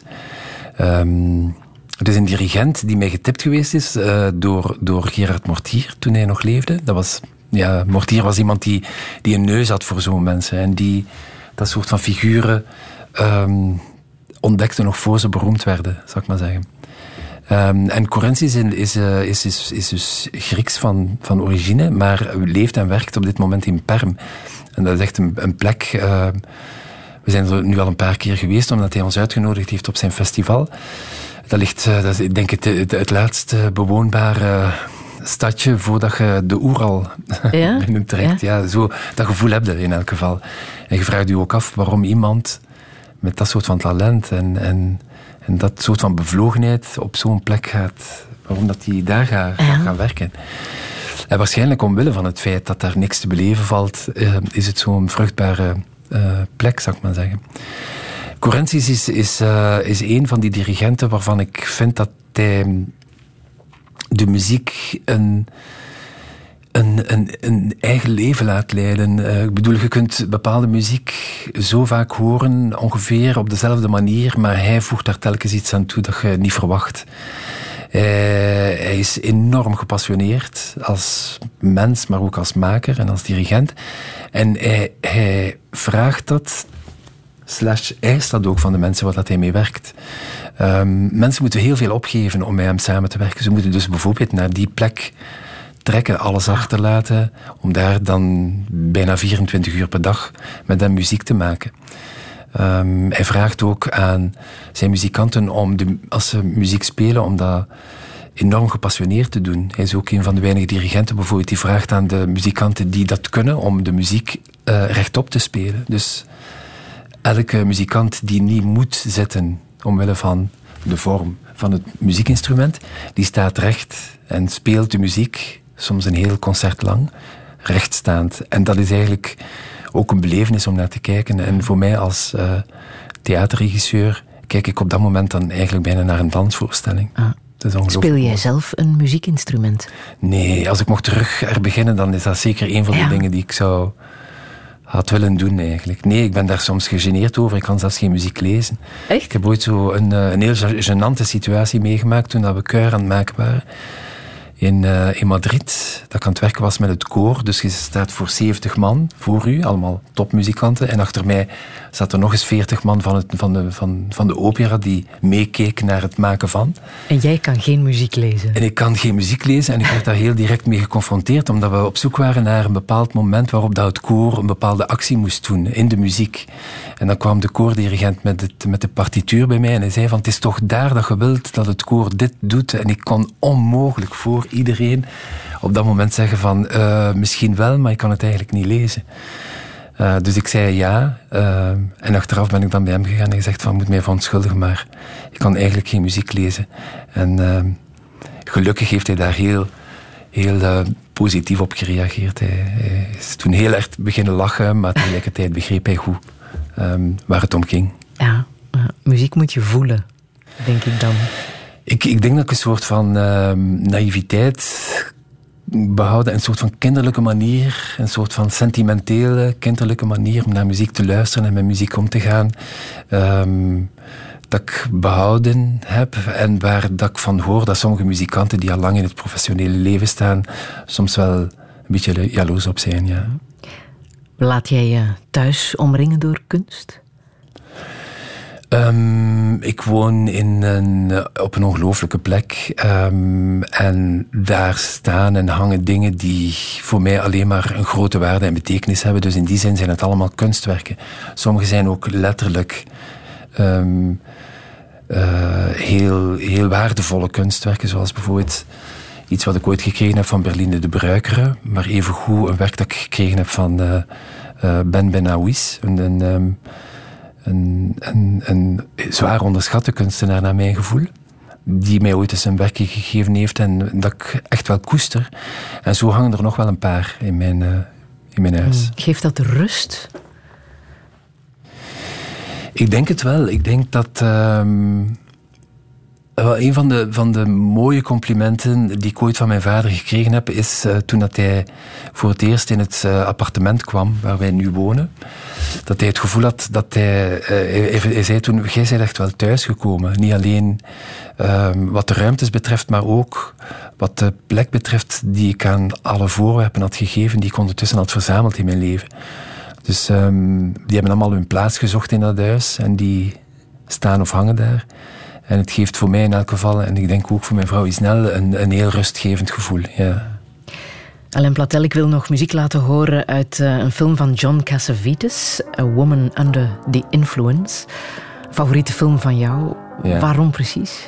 Um, het is een dirigent die mij getipt geweest is uh, door, door Gerard Mortier toen hij nog leefde. Dat was, ja, Mortier was iemand die, die een neus had voor zo'n mensen. En die dat soort van figuren um, ontdekte nog voor ze beroemd werden, zou ik maar zeggen. Um, en Kourentsis is, uh, is, is, is dus Grieks van, van origine, maar leeft en werkt op dit moment in Perm. En dat is echt een, een plek... Uh, we zijn er nu al een paar keer geweest, omdat hij ons uitgenodigd heeft op zijn festival. Dat ligt, uh, dat is, ik denk, het, het, het laatste bewoonbare stadje voordat je de Oeral ja? binnentrekt. Ja? Ja, zo, dat gevoel heb je in elk geval. En je vraagt je ook af waarom iemand met dat soort van talent en... en En dat soort van bevlogenheid op zo'n plek gaat... Waarom dat die daar gaat, ja. gaan werken. En waarschijnlijk omwille van het feit dat daar niks te beleven valt... Uh, is het zo'n vruchtbare uh, plek, zou ik maar zeggen. Kourentsis is, is, uh, is een van die dirigenten waarvan ik vind dat hij de muziek een... Een, een, een eigen leven laat leiden. Uh, ik bedoel, je kunt bepaalde muziek zo vaak horen, ongeveer op dezelfde manier, maar hij voegt daar telkens iets aan toe dat je niet verwacht. Uh, hij is enorm gepassioneerd als mens, maar ook als maker en als dirigent. En hij, hij vraagt dat, slash eist dat ook van de mensen waar dat hij mee werkt. Um, mensen moeten heel veel opgeven om met hem samen te werken. Ze moeten dus bijvoorbeeld naar die plek trekken, alles achterlaten, om daar dan bijna vierentwintig uur per dag met hem muziek te maken. Um, hij vraagt ook aan zijn muzikanten om, de, als ze muziek spelen, om dat enorm gepassioneerd te doen. Hij is ook een van de weinige dirigenten bijvoorbeeld die vraagt aan de muzikanten die dat kunnen, om de muziek uh, rechtop te spelen. Dus elke muzikant die niet moet zitten omwille van de vorm van het muziekinstrument, die staat recht en speelt de muziek soms een heel concert lang, rechtstaand. En dat is eigenlijk ook een belevenis om naar te kijken. En voor mij als uh, theaterregisseur kijk ik op dat moment dan eigenlijk bijna naar een dansvoorstelling. Ah. Speel jij zelf een muziekinstrument? Nee, als ik mocht terug er beginnen, dan is dat zeker een van de ja. dingen die ik zou had willen doen eigenlijk. Nee, ik ben daar soms gegeneerd over. Ik kan zelfs geen muziek lezen. Echt? Ik heb ooit zo een, een heel gênante situatie meegemaakt toen dat we Keur aan het maken waren. In, uh, in Madrid, dat ik aan het werken was met het koor. Dus je staat voor zeventig man voor u, allemaal topmuzikanten. En achter mij zat er nog eens veertig man van, het, van, de, van, van de opera die meekeken naar het maken van. En jij kan geen muziek lezen? En ik kan geen muziek lezen en ik werd daar heel direct mee geconfronteerd, omdat we op zoek waren naar een bepaald moment waarop dat het koor een bepaalde actie moest doen in de muziek. En dan kwam de koordirigent met, het, met de partituur bij mij en hij zei van, het is toch daar dat je wilt dat het koor dit doet. En ik kon onmogelijk voor iedereen op dat moment zeggen van, uh, misschien wel, maar ik kan het eigenlijk niet lezen. Uh, dus ik zei ja. Uh, en achteraf ben ik dan bij hem gegaan en gezegd van, moet mij verontschuldigen, maar ik kan eigenlijk geen muziek lezen. En uh, gelukkig heeft hij daar heel, heel uh, positief op gereageerd. Hij, hij is toen heel erg beginnen lachen, maar tegelijkertijd begreep hij goed um, waar het om ging. Ja, uh, muziek moet je voelen, denk ik dan. Ik, ik denk dat ik een soort van uh, naïviteit behouden, een soort van kinderlijke manier, een soort van sentimentele, kinderlijke manier om naar muziek te luisteren en met muziek om te gaan, um, dat ik behouden heb en waar dat ik van hoor dat sommige muzikanten die al lang in het professionele leven staan, soms wel een beetje jaloers op zijn, ja. Laat jij je thuis omringen door kunst? Um, ik woon in een, op een ongelooflijke plek. Um, en daar staan en hangen dingen die voor mij alleen maar een grote waarde en betekenis hebben. Dus in die zin zijn het allemaal kunstwerken. Sommige zijn ook letterlijk um, uh, heel, heel waardevolle kunstwerken. Zoals bijvoorbeeld iets wat ik ooit gekregen heb van Berline de Bruikere. Maar evengoed een werk dat ik gekregen heb van uh, uh, Ben Benawis. Een... een um, een, een, een zwaar onderschatte kunstenaar naar mijn gevoel. Die mij ooit eens een werkje gegeven heeft en dat ik echt wel koester. En zo hangen er nog wel een paar in mijn, uh, in mijn huis. Geeft dat rust? Ik denk het wel. Ik denk dat... Uh, een van de, van de mooie complimenten die ik ooit van mijn vader gekregen heb, is uh, toen dat hij voor het eerst in het uh, appartement kwam waar wij nu wonen. Dat hij het gevoel had dat hij... Uh, hij, hij zei toen, jij bent echt wel thuisgekomen. Niet alleen uh, wat de ruimtes betreft, maar ook wat de plek betreft die ik aan alle voorwerpen had gegeven, die ik ondertussen had verzameld in mijn leven. Dus um, die hebben allemaal hun plaats gezocht in dat huis en die staan of hangen daar. En het geeft voor mij in elk geval, en ik denk ook voor mijn vrouw Isnel, een, een heel rustgevend gevoel. Ja. Alain Platel, ik wil nog muziek laten horen uit uh, een film van John Cassavetes, A Woman Under the Influence. Favoriete film van jou. Ja. Waarom precies?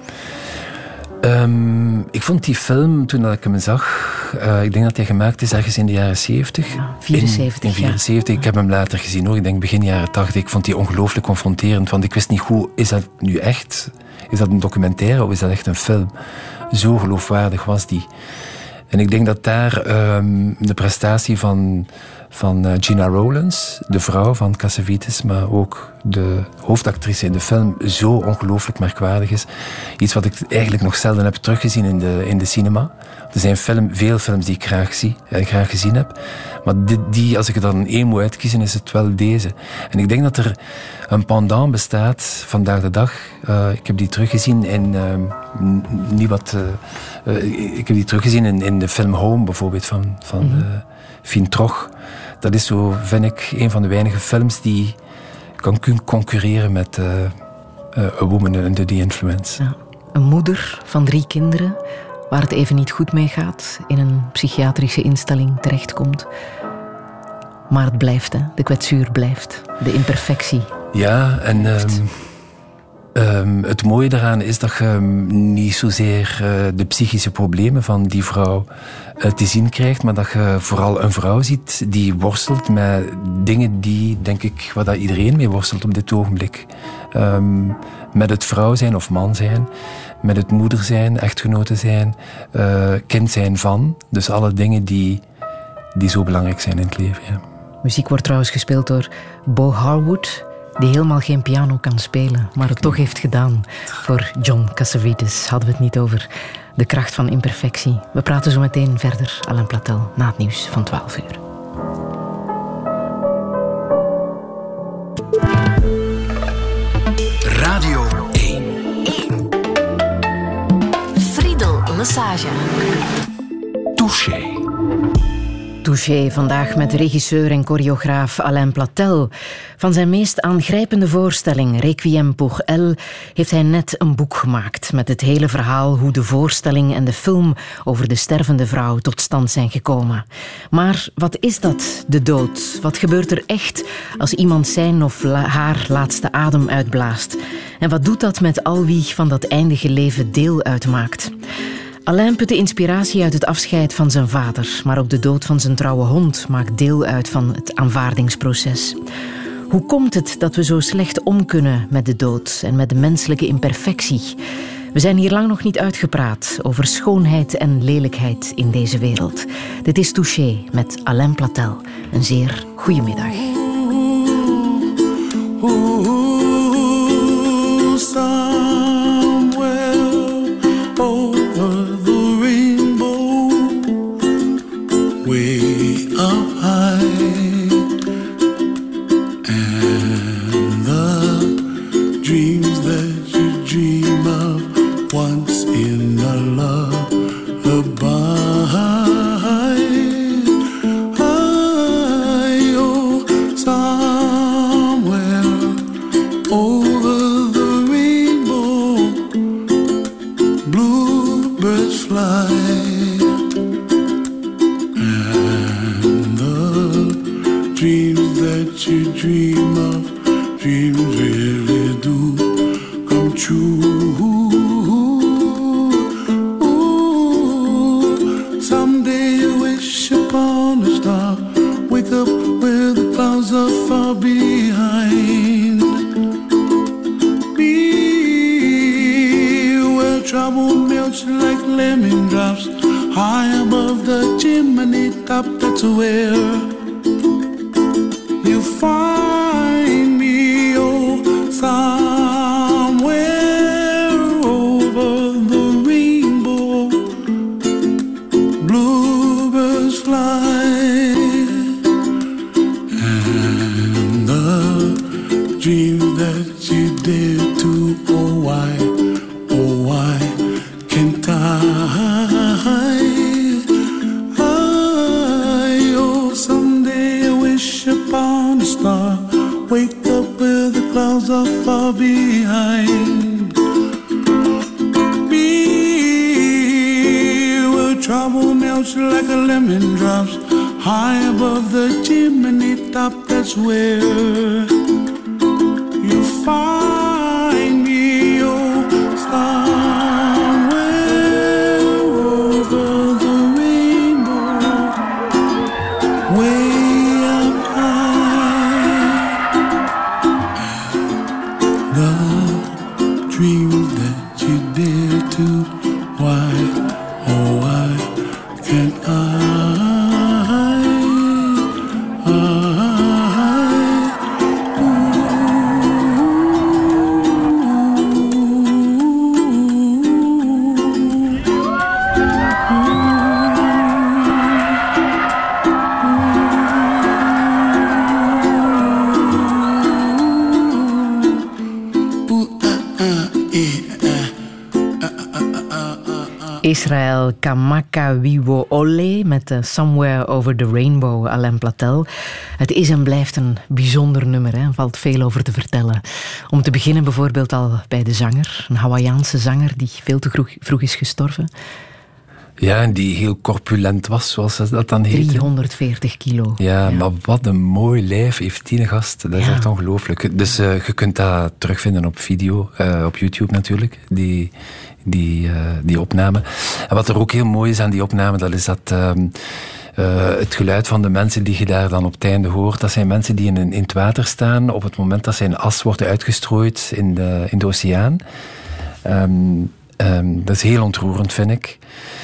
Um, ik vond die film, toen dat ik hem zag, uh, ik denk dat hij gemaakt is ergens in de jaren zeventig. Ja, vierenzeventig, in, in vierenzeventig. Ja. Ik heb hem later gezien hoor, ik denk begin jaren tachtig. Ik vond die ongelooflijk confronterend, want ik wist niet hoe, is dat nu echt? Is dat een documentaire of is dat echt een film? Zo geloofwaardig was die. En ik denk dat daar um, de prestatie van, van uh, Gina Rowlands, de vrouw van Cassavetes, maar ook de hoofdactrice in de film, zo ongelooflijk merkwaardig is. Iets wat ik eigenlijk nog zelden heb teruggezien in de, in de cinema. Er zijn film, veel films die ik graag, zie, eh, graag gezien heb. Maar die, die, als ik er dan één moet uitkiezen, is het wel deze. En ik denk dat er een pendant bestaat vandaag de dag. Uh, ik heb die teruggezien in... Uh, niet wat... Uh, uh, ik heb die teruggezien in, in de film Home, bijvoorbeeld, van, van mm-hmm. uh, Fien Troch. Dat is zo, vind ik, een van de weinige films die kan concurreren met uh, uh, A Woman Under the Influence. Ja. Een moeder van drie kinderen, waar het even niet goed mee gaat, in een psychiatrische instelling terechtkomt. Maar het blijft, hè. De kwetsuur blijft. De imperfectie. Ja, en um, um, het mooie daaraan is dat je um, niet zozeer uh, de psychische problemen van die vrouw uh, te zien krijgt, maar dat je vooral een vrouw ziet die worstelt met dingen die, denk ik, waar dat iedereen mee worstelt op dit ogenblik. Um, met het vrouw zijn of man zijn, met het moeder zijn, echtgenote zijn, uh, kind zijn van. Dus alle dingen die, die zo belangrijk zijn in het leven, ja. Muziek wordt trouwens gespeeld door Bo Harwood, die helemaal geen piano kan spelen, maar het toch heeft gedaan voor John Cassavetes. Hadden we het niet over de kracht van imperfectie. We praten zo meteen verder, Alain Platel, na het nieuws van twaalf uur. Radio één. Friedel Lesage. Touché. Touché, vandaag met regisseur en choreograaf Alain Platel. Van zijn meest aangrijpende voorstelling, Requiem pour Elle, heeft hij net een boek gemaakt met het hele verhaal hoe de voorstelling en de film over de stervende vrouw tot stand zijn gekomen. Maar wat is dat, de dood? Wat gebeurt er echt als iemand zijn of la- haar laatste adem uitblaast? En wat doet dat met al wie van dat eindige leven deel uitmaakt? Alain putte inspiratie uit het afscheid van zijn vader, maar ook de dood van zijn trouwe hond maakt deel uit van het aanvaardingsproces. Hoe komt het dat we zo slecht om kunnen met de dood en met de menselijke imperfectie? We zijn hier lang nog niet uitgepraat over schoonheid en lelijkheid in deze wereld. Dit is Touché met Alain Platel. Een zeer goede middag. Wake up where the clouds are far behind. melts like lemon drops high above the chimney top. That's where you find me, oh, somewhere over the rainbow. Bluebirds fly, and the dream that you dare to, oh why, oh why can't I? I, oh, someday I wish upon a star, wake up where the clouds are far behind me, where trouble melts like a lemon drops high above the chimney top. That's where you find me, oh, somewhere over the rainbow, way up high. The dreams that you dare to, why, oh why can't I? Israël Kamakawiwo'ole met uh, Somewhere Over the Rainbow, Alain Platel. Het is en blijft een bijzonder nummer, hè. Er valt veel over te vertellen. Om te beginnen bijvoorbeeld al bij de zanger, een Hawaïaanse zanger die veel te vroeg, vroeg is gestorven. Ja, en die heel corpulent was, zoals dat dan heet. driehonderdveertig kilo. Ja, ja, maar wat een mooi lijf heeft die gast. Dat is ja. echt ongelooflijk. Dus uh, je kunt dat terugvinden op video, uh, op YouTube natuurlijk, die, die, uh, die opname. En wat er ook heel mooi is aan die opname, dat is dat uh, uh, het geluid van de mensen die je daar dan op het einde hoort, dat zijn mensen die in, in het water staan op het moment dat zijn as wordt uitgestrooid in de, in de oceaan. Um, um, dat is heel ontroerend, vind ik.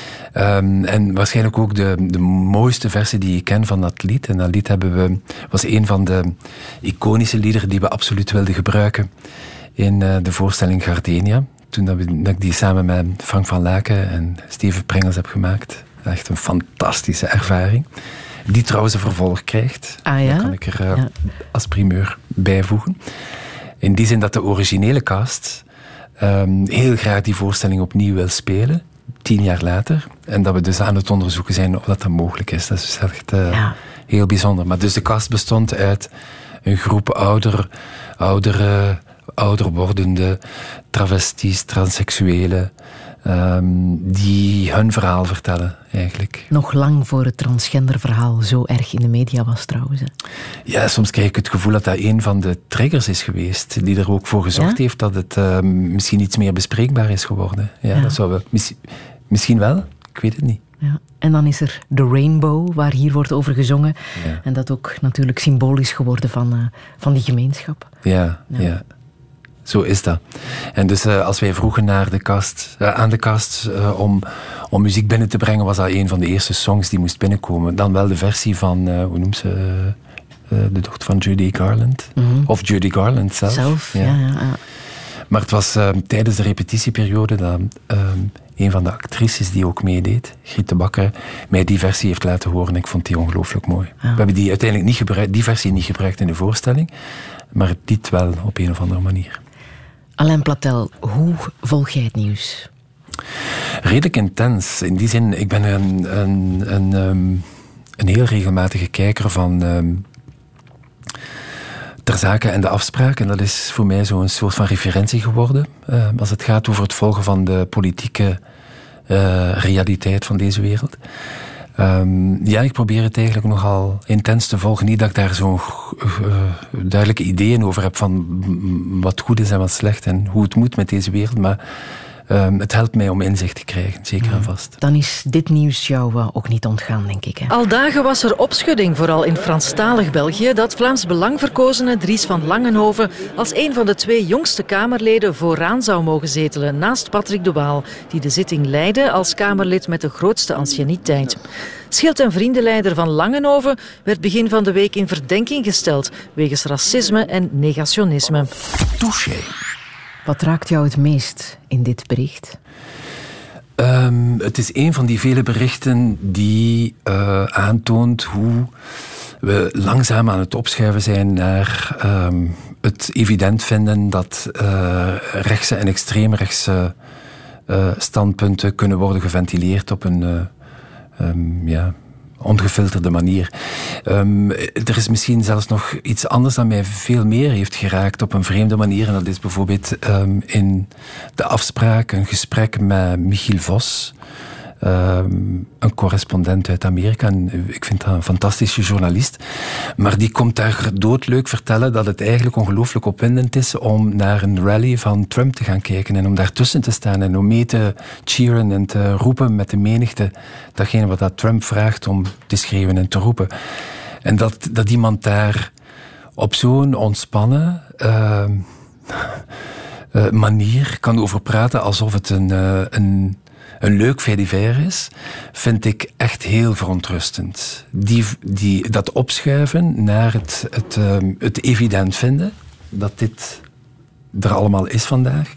Um, en waarschijnlijk ook de, de mooiste versie die ik ken van dat lied. En dat lied hebben we, was een van de iconische liederen die we absoluut wilden gebruiken in uh, de voorstelling Gardenia. Toen dat, we, dat ik die samen met Frank van Laken en Steven Prengels heb gemaakt. Echt een fantastische ervaring. Die trouwens een vervolg krijgt. Ah, ja? Dat kan ik er uh, ja. als primeur bijvoegen. In die zin dat de originele cast um, heel graag die voorstelling opnieuw wil spelen. Tien jaar later. En dat we dus aan het onderzoeken zijn of dat, dat mogelijk is. Dat is echt uh, ja. heel bijzonder. Maar dus de cast bestond uit een groep ouder, oudere, ouder wordende travesties, transseksuelen, um, die hun verhaal vertellen, eigenlijk. Nog lang voor het transgenderverhaal zo erg in de media was, trouwens. Hè? Ja, soms krijg ik het gevoel dat dat een van de triggers is geweest, die er ook voor gezorgd ja? heeft dat het uh, misschien iets meer bespreekbaar is geworden. Ja, ja. Dat zou wel, mis, misschien wel, ik weet het niet. Ja. En dan is er The Rainbow, waar hier wordt over gezongen. Ja. En dat ook natuurlijk symbolisch geworden van, uh, van die gemeenschap. Ja, ja. ja. Zo is dat. En dus uh, als wij vroegen naar de cast, uh, aan de cast uh, om, om muziek binnen te brengen, was dat een van de eerste songs die moest binnenkomen. Dan wel de versie van, uh, hoe noemt ze, uh, uh, de dochter van Judy Garland. Mm-hmm. Of Judy Garland zelf. Zelf, ja. ja, ja. Maar het was uh, tijdens de repetitieperiode dat uh, een van de actrices die ook meedeed, Griet de Bakker, mij die versie heeft laten horen. Ik vond die ongelooflijk mooi. Ja. We hebben die uiteindelijk niet gebruikt, die versie niet gebruikt in de voorstelling, maar dit wel op een of andere manier. Alain Platel, hoe volg jij het nieuws? Redelijk intens. In die zin, ik ben een, een, een, um, een heel regelmatige kijker van um, ter zake en de afspraak. En dat is voor mij zo'n soort van referentie geworden. Uh, als het gaat over het volgen van de politieke uh, realiteit van deze wereld. Um, ja, ik probeer het eigenlijk nogal intens te volgen. Niet dat ik daar zo'n uh, duidelijke ideeën over heb van wat goed is en wat slecht en hoe het moet met deze wereld. Maar Um, het helpt mij om inzicht te krijgen, zeker en vast. Dan is dit nieuws jou uh, ook niet ontgaan, denk ik. Hè? Al dagen was er opschudding, vooral in Franstalig België, dat Vlaams Belang verkozene Dries van Langenhoven als een van de twee jongste Kamerleden vooraan zou mogen zetelen, naast Patrick de Waal, die de zitting leidde als Kamerlid met de grootste anciëniteit. Schild- en vriendenleider van Langenhoven werd begin van de week in verdenking gesteld wegens racisme en negationisme. Touché. Wat raakt jou het meest in dit bericht? Um, het is een van die vele berichten die uh, aantoont hoe we langzaam aan het opschuiven zijn naar um, het evident vinden dat uh, rechtse en extreemrechtse uh, standpunten kunnen worden geventileerd op een uh, um, ja, ongefilterde manier. Um, er is misschien zelfs nog iets anders dat mij veel meer heeft geraakt op een vreemde manier. En dat is bijvoorbeeld um, in de afspraak, een gesprek met Michiel Vos, um, een correspondent uit Amerika. En ik vind dat een fantastische journalist. Maar die komt daar doodleuk vertellen dat het eigenlijk ongelooflijk opwindend is om naar een rally van Trump te gaan kijken en om daartussen te staan en om mee te cheeren en te roepen met de menigte datgene wat dat Trump vraagt om te schreeuwen en te roepen. En dat, dat iemand daar op zo'n ontspannen uh, uh, manier kan over praten alsof het een, uh, een een leuk fait divers is, vind ik echt heel verontrustend. Die, die, dat opschuiven naar het, het, um, het evident vinden, dat dit er allemaal is vandaag,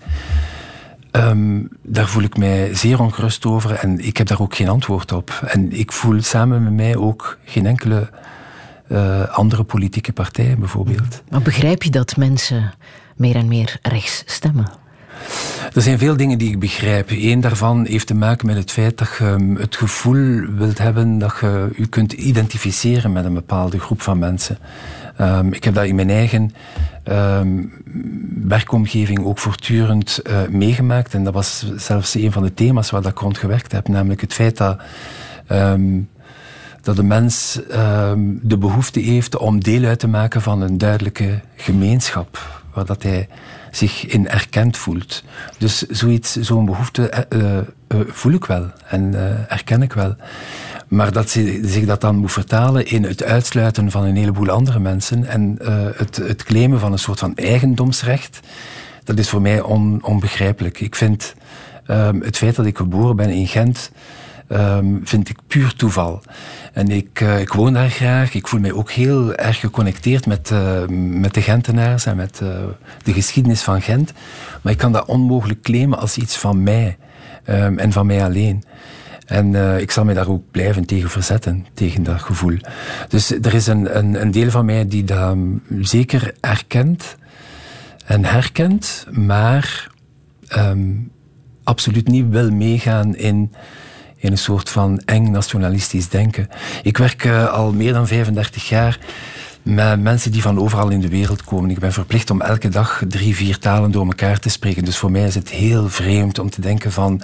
um, daar voel ik mij zeer ongerust over en ik heb daar ook geen antwoord op. En ik voel samen met mij ook geen enkele uh, andere politieke partij, bijvoorbeeld. Maar begrijp je dat mensen meer en meer rechts stemmen? Er zijn veel dingen die ik begrijp. Eén daarvan heeft te maken met het feit dat je het gevoel wilt hebben dat je je kunt identificeren met een bepaalde groep van mensen. Um, ik heb dat in mijn eigen um, werkomgeving ook voortdurend uh, meegemaakt. En dat was zelfs een van de thema's waar ik rond gewerkt heb. Namelijk het feit dat, um, dat de mens um, de behoefte heeft om deel uit te maken van een duidelijke gemeenschap. Waar dat hij zich in erkend voelt. Dus zoiets, zo'n behoefte uh, uh, voel ik wel en uh, erken ik wel. Maar dat ze, zich dat dan moet vertalen in het uitsluiten van een heleboel andere mensen en uh, het, het claimen van een soort van eigendomsrecht, dat is voor mij on, onbegrijpelijk. Ik vind uh, het feit dat ik geboren ben in Gent, Um, vind ik puur toeval. En ik, uh, ik woon daar graag. Ik voel mij ook heel erg geconnecteerd met, uh, met de Gentenaars en met uh, de geschiedenis van Gent. Maar ik kan dat onmogelijk claimen als iets van mij. Um, en van mij alleen. En uh, ik zal mij daar ook blijven tegen verzetten, tegen dat gevoel. Dus er is een, een, een deel van mij die dat um, zeker erkent en herkent, maar um, absoluut niet wil meegaan in in een soort van eng nationalistisch denken. Ik werk uh, al meer dan vijfendertig jaar met mensen die van overal in de wereld komen. Ik ben verplicht om elke dag drie, vier talen door elkaar te spreken. Dus voor mij is het heel vreemd om te denken van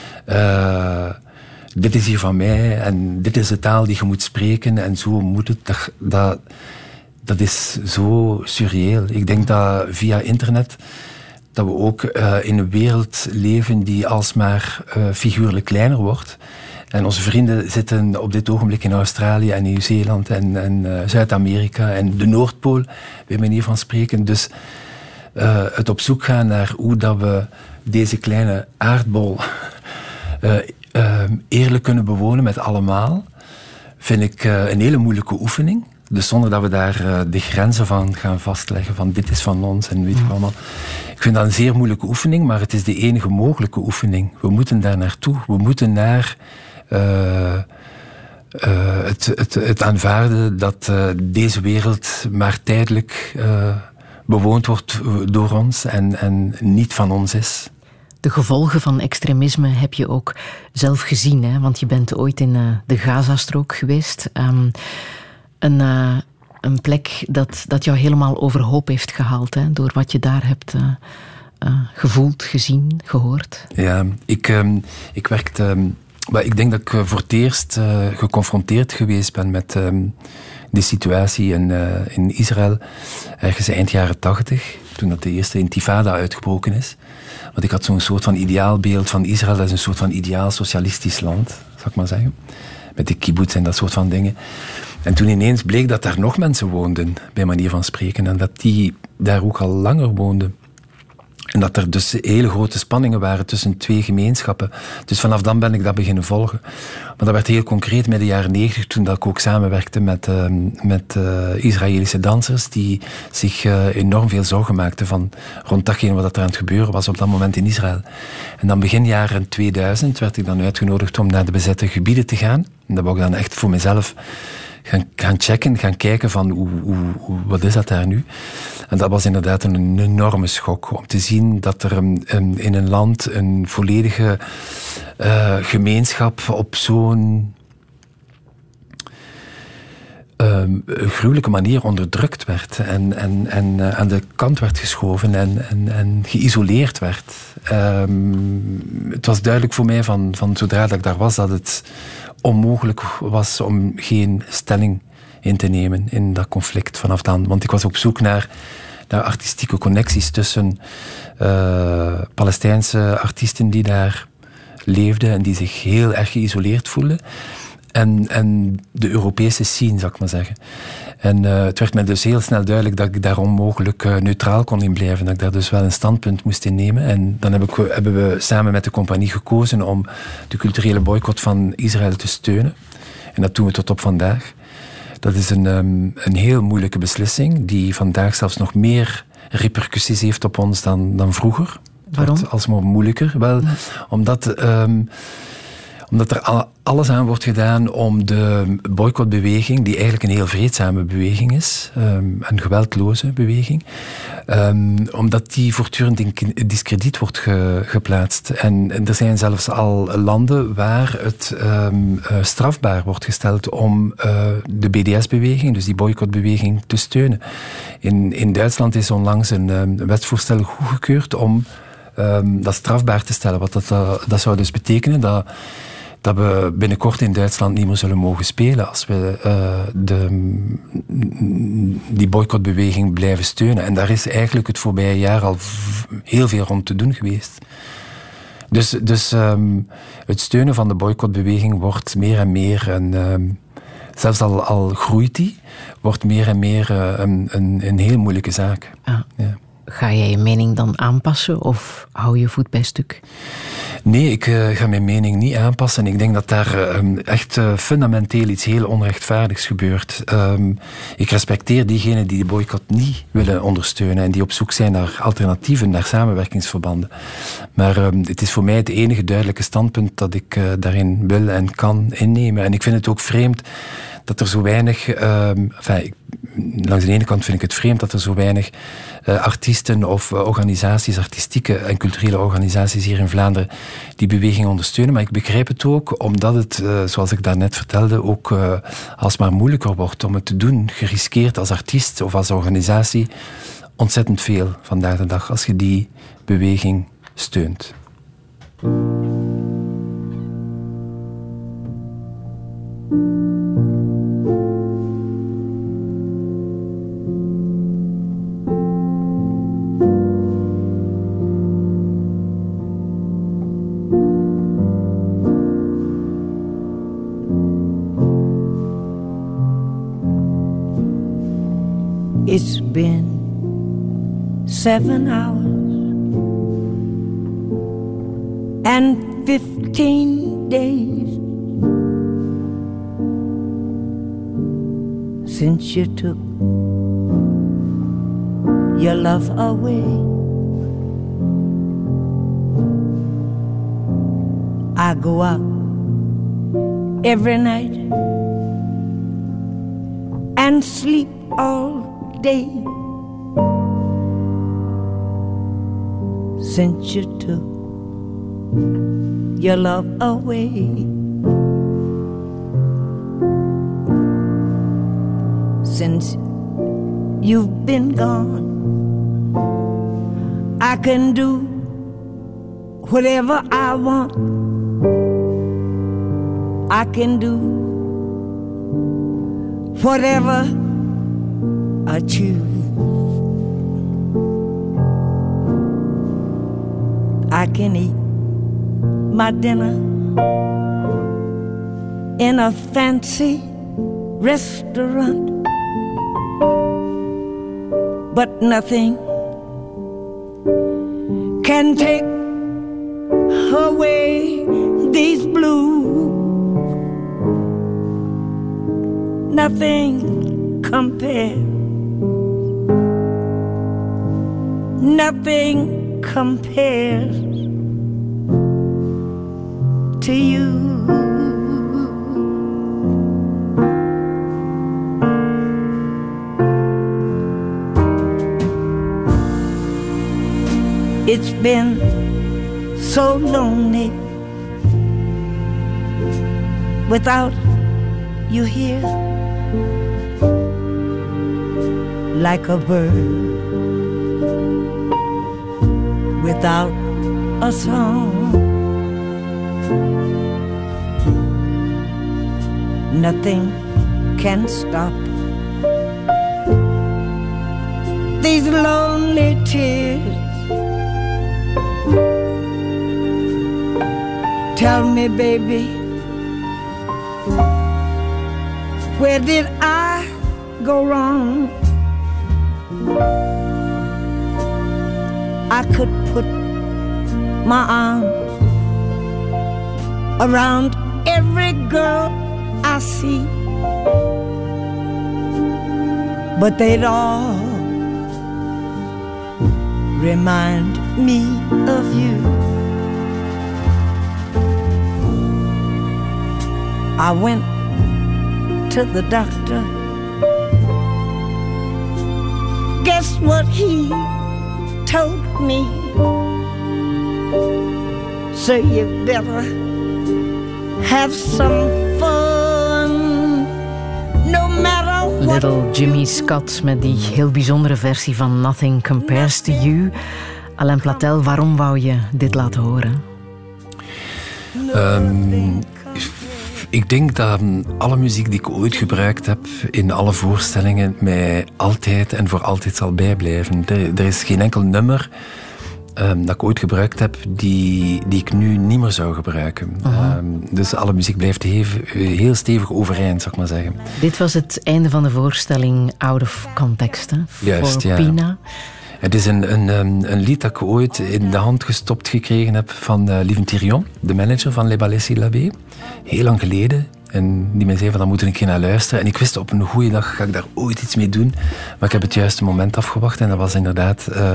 Uh, dit is hier van mij en dit is de taal die je moet spreken en zo moet het. Dat, dat, dat is zo surreëel. Ik denk dat via internet dat we ook uh, in een wereld leven die alsmaar uh, figuurlijk kleiner wordt. En onze vrienden zitten op dit ogenblik in Australië en Nieuw-Zeeland en, en uh, Zuid-Amerika en de Noordpool, bij manier van spreken. Dus uh, het op zoek gaan naar hoe dat we deze kleine aardbol uh, uh, eerlijk kunnen bewonen met allemaal, vind ik uh, een hele moeilijke oefening. Dus zonder dat we daar uh, de grenzen van gaan vastleggen, van dit is van ons en weet je allemaal. Ik vind dat een zeer moeilijke oefening, maar het is de enige mogelijke oefening. We moeten daar naartoe. We moeten naar uh, uh, het, het, het aanvaarden dat uh, deze wereld maar tijdelijk uh, bewoond wordt door ons en, en niet van ons is. De gevolgen van extremisme heb je ook zelf gezien, hè? Want je bent ooit in uh, de Gazastrook geweest. Um, een, uh, een plek dat, dat jou helemaal overhoop heeft gehaald, hè? Door wat je daar hebt uh, uh, gevoeld, gezien, gehoord. Ja, ik, um, ik werkte... Um, maar ik denk dat ik voor het eerst uh, geconfronteerd geweest ben met um, die situatie in, uh, in Israël, ergens eind jaren tachtig. toen dat de eerste intifada uitgebroken is. Want ik had zo'n soort van ideaalbeeld van Israël, dat is een soort van ideaal socialistisch land, zal ik maar zeggen. Met de kibbutz en dat soort van dingen. En toen ineens bleek dat daar nog mensen woonden, bij manier van spreken, en dat die daar ook al langer woonden. En dat er dus hele grote spanningen waren tussen twee gemeenschappen. Dus vanaf dan ben ik dat beginnen volgen. Maar dat werd heel concreet met de jaren negentig, toen dat ik ook samenwerkte met, uh, met uh, Israëlische dansers, die zich uh, enorm veel zorgen maakten van rond datgene wat er aan het gebeuren was op dat moment in Israël. En dan begin jaren tweeduizend werd ik dan uitgenodigd om naar de bezette gebieden te gaan. En dat wou ik dan echt voor mezelf gaan, gaan checken, gaan kijken van hoe, hoe, hoe, wat is dat daar nu? En dat was inderdaad een enorme schok om te zien dat er een, een, in een land een volledige uh, gemeenschap op zo'n uh, gruwelijke manier onderdrukt werd en, en, en uh, aan de kant werd geschoven en, en, en geïsoleerd werd. Um, het was duidelijk voor mij van, van zodra dat ik daar was dat het onmogelijk was om geen stelling in te nemen in dat conflict vanaf dan. Want ik was op zoek naar, naar artistieke connecties tussen uh, Palestijnse artiesten die daar leefden en die zich heel erg geïsoleerd voelden. En, en de Europese scene, zal ik maar zeggen. En uh, het werd mij dus heel snel duidelijk dat ik daar onmogelijk uh, neutraal kon in blijven. Dat ik daar dus wel een standpunt moest innemen. En dan heb ik, hebben we samen met de compagnie gekozen om de culturele boycott van Israël te steunen. En dat doen we tot op vandaag. Dat is een, um, een heel moeilijke beslissing, die vandaag zelfs nog meer repercussies heeft op ons dan, dan vroeger. Waarom? Het wordt alsmaar moeilijker. Wel, ja. omdat... Um, Omdat er alles aan wordt gedaan om de boycottbeweging, die eigenlijk een heel vreedzame beweging is, um, een geweldloze beweging, um, omdat die voortdurend in diskrediet wordt ge, geplaatst. En, en er zijn zelfs al landen waar het um, uh, strafbaar wordt gesteld om uh, de B D S-beweging, dus die boycottbeweging, te steunen. In, in Duitsland is onlangs een, um, een wetsvoorstel goedgekeurd om um, dat strafbaar te stellen. Wat dat, uh, dat zou dus betekenen dat dat we binnenkort in Duitsland niet meer zullen mogen spelen als we uh, de, die boycottbeweging blijven steunen. En daar is eigenlijk het voorbije jaar al v- heel veel rond te doen geweest. Dus, dus um, het steunen van de boycottbeweging wordt meer en meer, een, um, zelfs al, al groeit die, wordt meer en meer uh, een, een, een heel moeilijke zaak. Ah. Ja. Ga jij je mening dan aanpassen of hou je voet bij stuk? Nee, ik uh, ga mijn mening niet aanpassen. Ik denk dat daar um, echt uh, fundamenteel iets heel onrechtvaardigs gebeurt. Um, ik respecteer diegenen die de boycott niet willen ondersteunen en die op zoek zijn naar alternatieven, naar samenwerkingsverbanden. Maar um, het is voor mij het enige duidelijke standpunt dat ik uh, daarin wil en kan innemen. En ik vind het ook vreemd dat er zo weinig... Um, enfin, ik, langs de ene kant vind ik het vreemd dat er zo weinig uh, artiesten of uh, organisaties, artistieke en culturele organisaties hier in Vlaanderen die beweging ondersteunen. Maar ik begrijp het ook, omdat het, uh, zoals ik daarnet vertelde, ook uh, alsmaar moeilijker wordt om het te doen. Geriskeerd als artiest of als organisatie ontzettend veel vandaag de dag als je die beweging steunt. It's been seven hours and fifteen days since you took your love away. I go out every night and sleep all day since you took your love away. Since you've been gone, I can do whatever I want. I can do whatever I choose. I can eat my dinner in a fancy restaurant, but nothing can take away these blues. Nothing compares. Nothing compares to you. It's been so lonely without you here, like a bird without a song. Nothing can stop these lonely tears. Tell me, baby, where did I go wrong? I could put my arms around every girl I see, but they'd all remind me of you. I went to the doctor. Guess what he told me? So you better have some fun, no matter what. Little Jimmy Scott met die heel bijzondere versie van Nothing Compares to You. Alain Platel, waarom wou je dit laten horen? Um, ik denk dat alle muziek die ik ooit gebruikt heb in alle voorstellingen mij altijd en voor altijd zal bijblijven. Er, er is geen enkel nummer um, dat ik ooit gebruikt heb die, die ik nu niet meer zou gebruiken. Uh-huh. Um, dus alle muziek blijft hevig, heel stevig overeind, zou ik maar zeggen. Dit was het einde van de voorstelling Out of Context, hè? Juist, voor ja. Pina. Het is een, een, een lied dat ik ooit in de hand gestopt gekregen heb van uh, Lieven Thirion, de manager van Les Ballets Syllabés. Heel lang geleden. En die mij zei van, daar moet ik een keer naar luisteren. En ik wist, op een goede dag ga ik daar ooit iets mee doen. Maar ik heb het juiste moment afgewacht. En dat was inderdaad uh,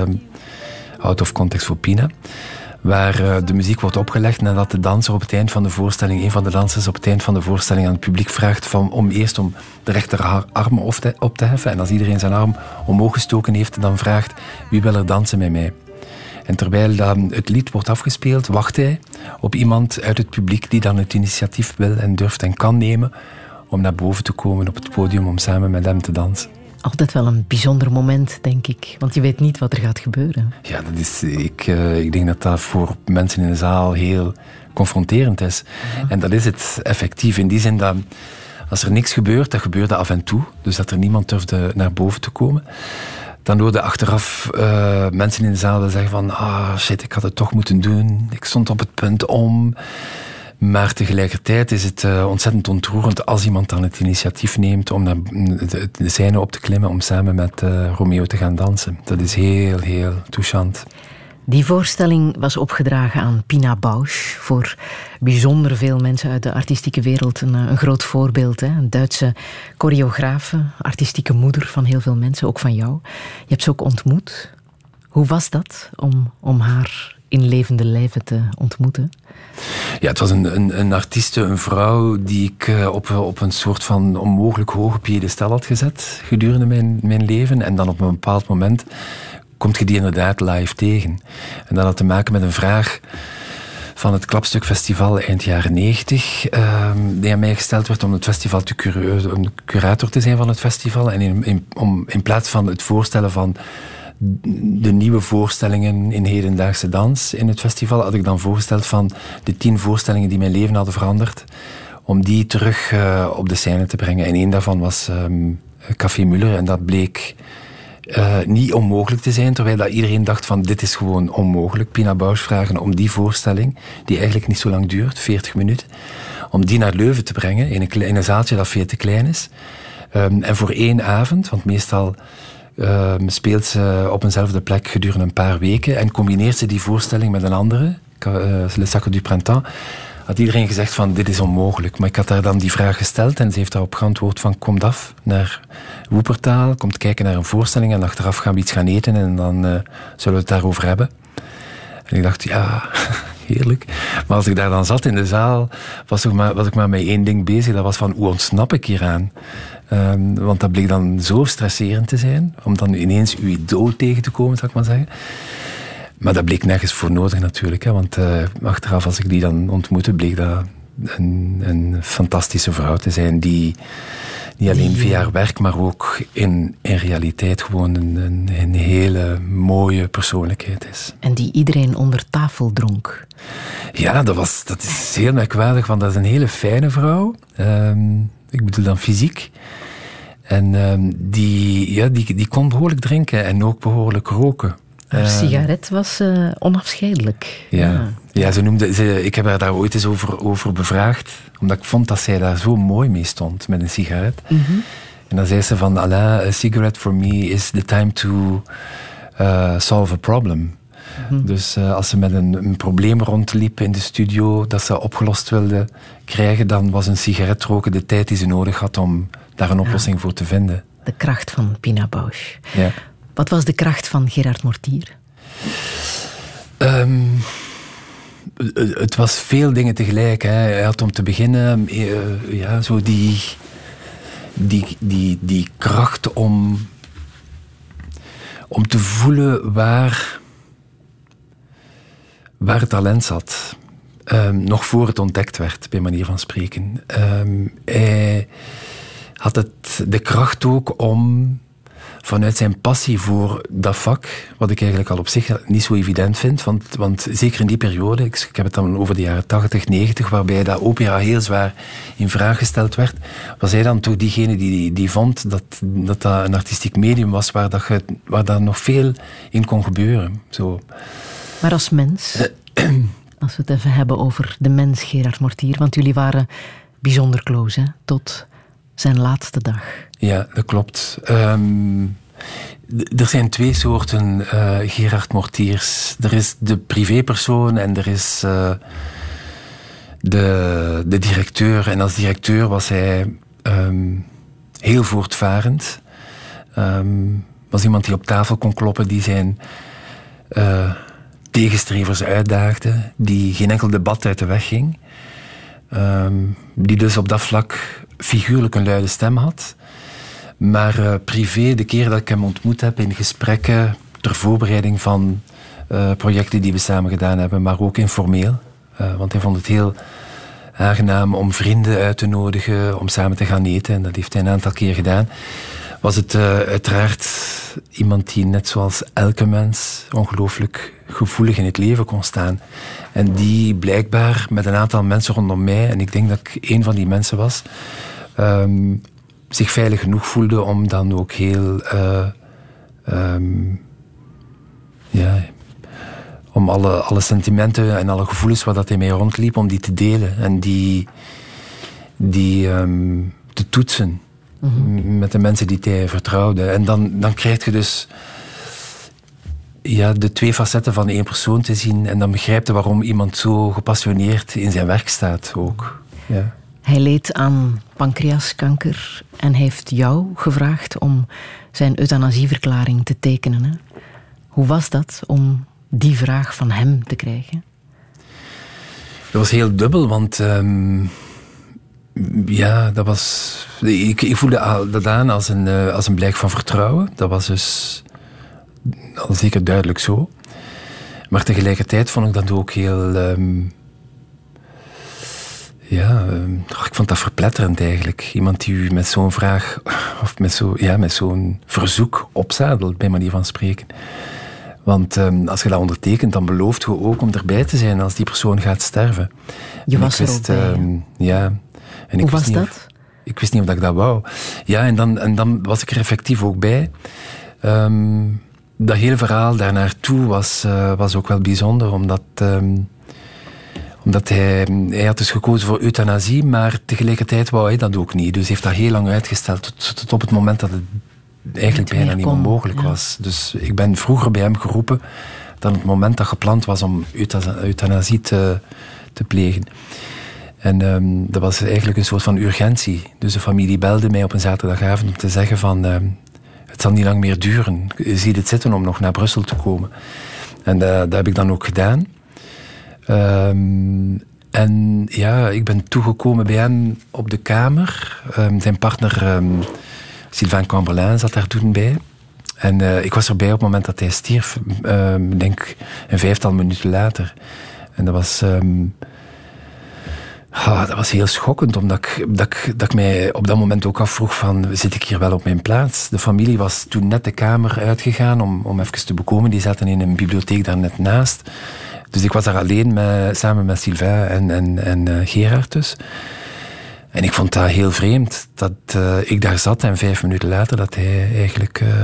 Out of Context voor Pina. Waar uh, de muziek wordt opgelegd nadat de danser op het eind van de voorstelling, een van de dansers op het eind van de voorstelling aan het publiek vraagt van, om eerst om de rechterarm op te, op te heffen. En als iedereen zijn arm omhoog gestoken heeft, dan vraagt, wie wil er dansen met mij? En terwijl dan het lied wordt afgespeeld, wacht hij op iemand uit het publiek die dan het initiatief wil en durft en kan nemen om naar boven te komen op het podium om samen met hem te dansen. Altijd wel een bijzonder moment, denk ik. Want je weet niet wat er gaat gebeuren. Ja, dat is, ik, uh, ik denk dat dat voor mensen in de zaal heel confronterend is. Ja. En dat is het effectief. In die zin dat als er niks gebeurt, dat gebeurde af en toe. Dus dat er niemand durfde naar boven te komen. Dan hoorde achteraf uh, mensen in de zaal zeggen van, ah shit, ik had het toch moeten doen. Ik stond op het punt om. Maar tegelijkertijd is het uh, ontzettend ontroerend als iemand dan het initiatief neemt om naar de, de scène op te klimmen om samen met uh, Romeo te gaan dansen. Dat is heel, heel touchant. Die voorstelling was opgedragen aan Pina Bausch. Voor bijzonder veel mensen uit de artistieke wereld een, een groot voorbeeld. Hè? Een Duitse choreografe, artistieke moeder van heel veel mensen, ook van jou. Je hebt ze ook ontmoet. Hoe was dat om, om haar in levende lijven te ontmoeten? Ja, het was een, een, een artieste, een vrouw die ik uh, op, op een soort van onmogelijk hoge piedestal had gezet gedurende mijn, mijn leven. En dan op een bepaald moment komt je die inderdaad live tegen. En dat had te maken met een vraag van het Klapstukfestival eind jaren negentig, uh, die aan mij gesteld werd om het festival te cura- om curator te zijn van het festival. En in, in, om, in plaats van het voorstellen van de nieuwe voorstellingen in hedendaagse dans in het festival, had ik dan voorgesteld van de tien voorstellingen die mijn leven hadden veranderd, om die terug uh, op de scène te brengen. En één daarvan was um, Café Muller. En dat bleek uh, niet onmogelijk te zijn, terwijl dat iedereen dacht van dit is gewoon onmogelijk. Pina Bausch vragen om die voorstelling, die eigenlijk niet zo lang duurt, veertig minuten, om die naar Leuven te brengen, in een, in een zaaltje dat veel te klein is. Um, en voor één avond, want meestal um, speelt ze op eenzelfde plek gedurende een paar weken en combineert ze die voorstelling met een andere, uh, Le Sacre du Printemps, had iedereen gezegd van dit is onmogelijk. Maar ik had haar dan die vraag gesteld en ze heeft daarop geantwoord van kom af naar Woepertaal, komt kijken naar een voorstelling en achteraf gaan we iets gaan eten en dan uh, zullen we het daarover hebben. En ik dacht, ja, heerlijk. Maar als ik daar dan zat in de zaal, was ik maar, was ik maar met één ding bezig. Dat was van, hoe ontsnap ik hieraan? Um, want dat bleek dan zo stresserend te zijn, om dan ineens uw idool tegen te komen, zal ik maar zeggen. Maar dat bleek nergens voor nodig natuurlijk. Hè, want uh, achteraf, als ik die dan ontmoette, bleek dat een, een fantastische vrouw te zijn die niet alleen die, via haar werk, maar ook in, in realiteit gewoon een, een, een hele mooie persoonlijkheid is. En die iedereen onder tafel dronk. Ja, dat, was, dat is heel merkwaardig, want dat is een hele fijne vrouw. Um, ik bedoel dan fysiek. En um, die, ja, die, die kon behoorlijk drinken en ook behoorlijk roken. Haar uh, sigaret was uh, onafscheidelijk. Ja, ja. ja ze noemde, ze, ik heb haar daar ooit eens over, over bevraagd, omdat ik vond dat zij daar zo mooi mee stond met een sigaret. Mm-hmm. En dan zei ze van, Alain, a cigarette for me is the time to uh, solve a problem. Mm-hmm. Dus uh, als ze met een, een probleem rondliep in de studio dat ze opgelost wilde krijgen, dan was een sigaret roken de tijd die ze nodig had om daar een oplossing ja. voor te vinden. De kracht van Pina Bausch. Ja. Wat was de kracht van Gerard Mortier? Um, het was veel dingen tegelijk. Hè. Hij had om te beginnen uh, ja, zo die, die, die, die kracht om, om te voelen waar, waar het talent zat. Um, nog voor het ontdekt werd, bij manier van spreken. Um, hij had het, de kracht ook om vanuit zijn passie voor dat vak, wat ik eigenlijk al op zich niet zo evident vind, want, want zeker in die periode, ik, ik heb het dan over de jaren tachtig, negentig, waarbij dat opera heel zwaar in vraag gesteld werd, was hij dan toch diegene die, die vond dat, dat dat een artistiek medium was waar dat, je, waar dat nog veel in kon gebeuren. Zo. Maar als mens, als we het even hebben over de mens Gerard Mortier, want jullie waren bijzonder close, hè, tot zijn laatste dag. Ja, dat klopt. Um, d- er zijn twee soorten uh, Gerard Mortiers. Er is de privépersoon en er is uh, de, de directeur. En als directeur was hij um, heel voortvarend. Um, was iemand die op tafel kon kloppen, die zijn uh, tegenstrevers uitdaagde, die geen enkel debat uit de weg ging. Um, die dus op dat vlak figuurlijk een luide stem had. Maar uh, privé, de keer dat ik hem ontmoet heb in gesprekken ter voorbereiding van uh, projecten die we samen gedaan hebben, maar ook informeel. Uh, want hij vond het heel aangenaam om vrienden uit te nodigen, om samen te gaan eten. En dat heeft hij een aantal keer gedaan. Was het uh, uiteraard iemand die net zoals elke mens ongelooflijk gevoelig in het leven kon staan. En die blijkbaar met een aantal mensen rondom mij, en ik denk dat ik één van die mensen was, um, zich veilig genoeg voelde om dan ook heel uh, um, ja, om alle, alle sentimenten en alle gevoelens waar dat hij mee rondliep, om die te delen en die, die um, te toetsen. Mm-hmm. Met de mensen die hij vertrouwde. En dan, dan krijg je dus ja, de twee facetten van één persoon te zien. En dan begrijp je waarom iemand zo gepassioneerd in zijn werk staat ook. Ja. Hij leed aan pancreaskanker en heeft jou gevraagd om zijn euthanasieverklaring te tekenen. Hè? Hoe was dat om die vraag van hem te krijgen? Dat was heel dubbel, want Um, ja, dat was. Ik, ik voelde dat aan als een, uh, als een blijk van vertrouwen. Dat was dus al zeker duidelijk zo. Maar tegelijkertijd vond ik dat ook heel. Um, ja, um, ik vond dat verpletterend eigenlijk. Iemand die u met zo'n vraag, of met, zo, ja, met zo'n verzoek opzadelt, bij manier van spreken. Want um, als je dat ondertekent, dan belooft je ook om erbij te zijn als die persoon gaat sterven. Je was er ook bij. Um, ja. En Hoe ik was dat? Of, ik wist niet of ik dat wou. Ja, en dan, en dan was ik er effectief ook bij. Um, dat hele verhaal daarnaartoe was, uh, was ook wel bijzonder, omdat, um, omdat hij, hij had dus gekozen voor euthanasie, maar tegelijkertijd wou hij dat ook niet. Dus hij heeft dat heel lang uitgesteld, tot, tot op het moment dat het eigenlijk bijna niet meer mogelijk ja. was. Dus ik ben vroeger bij hem geroepen dan het moment dat gepland was om euthanasie te, te plegen. En um, dat was eigenlijk een soort van urgentie. Dus de familie belde mij op een zaterdagavond om te zeggen van... Um, het zal niet lang meer duren. Zie je het zitten om nog naar Brussel te komen? En uh, dat heb ik dan ook gedaan. Um, en ja, ik ben toegekomen bij hem op de kamer. Um, zijn partner, um, Sylvain Cambelin, zat daar toen bij. En uh, ik was erbij op het moment dat hij stierf. Um, ik denk een vijftal minuten later. En dat was... Um, Ah, dat was heel schokkend, omdat ik, dat, ik, dat ik mij op dat moment ook afvroeg van, zit ik hier wel op mijn plaats? De familie was toen net de kamer uitgegaan om, om even te bekomen. Die zaten in een bibliotheek daar net naast. Dus ik was daar alleen met, samen met Sylvain en, en, en uh, Gerard dus. En ik vond dat heel vreemd, dat uh, ik daar zat en vijf minuten later dat hij eigenlijk uh,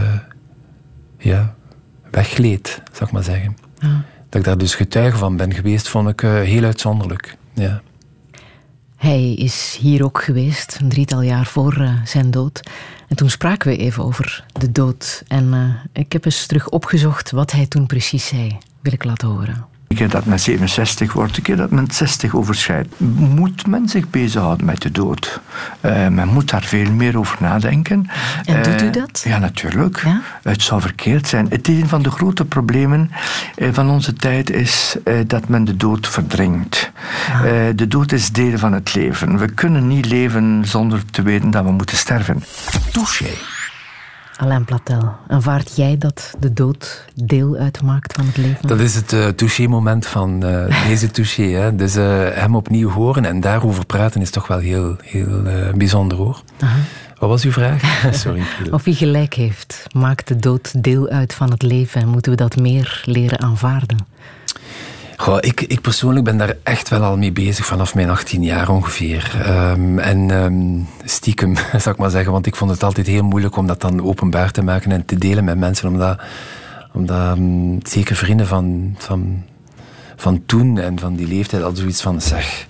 ja, weggleed, zou ik maar zeggen. Ja. Dat ik daar dus getuige van ben geweest, vond ik uh, heel uitzonderlijk, ja. Hij is hier ook geweest, een drietal jaar voor uh, zijn dood. En toen spraken we even over de dood. En uh, ik heb eens terug opgezocht wat hij toen precies zei. Wil ik laten horen. Een keer dat men zevenenzestig wordt, een keer dat men zestig overschrijdt, moet men zich bezighouden met de dood. Uh, men moet daar veel meer over nadenken. En doet u dat? Uh, ja, natuurlijk. Ja? Het zou verkeerd zijn. Het een van de grote problemen uh, van onze tijd is uh, dat men de dood verdringt. Ah. Uh, de dood is deel van het leven. We kunnen niet leven zonder te weten dat we moeten sterven. Touché. Alain Platel, aanvaard jij dat de dood deel uitmaakt van het leven? Dat is het uh, touché-moment van uh, deze touché. Hè. Dus uh, hem opnieuw horen en daarover praten is toch wel heel, heel uh, bijzonder, hoor. Aha. Wat was uw vraag? Sorry. Of hij gelijk heeft. Maakt de dood deel uit van het leven en moeten we dat meer leren aanvaarden? Goh, ik, ik persoonlijk ben daar echt wel al mee bezig vanaf mijn achttien jaar ongeveer. Um, en um, stiekem, zou ik maar zeggen, want ik vond het altijd heel moeilijk om dat dan openbaar te maken en te delen met mensen, omdat, omdat um, zeker vrienden van, van, van toen en van die leeftijd al zoiets van, zeg,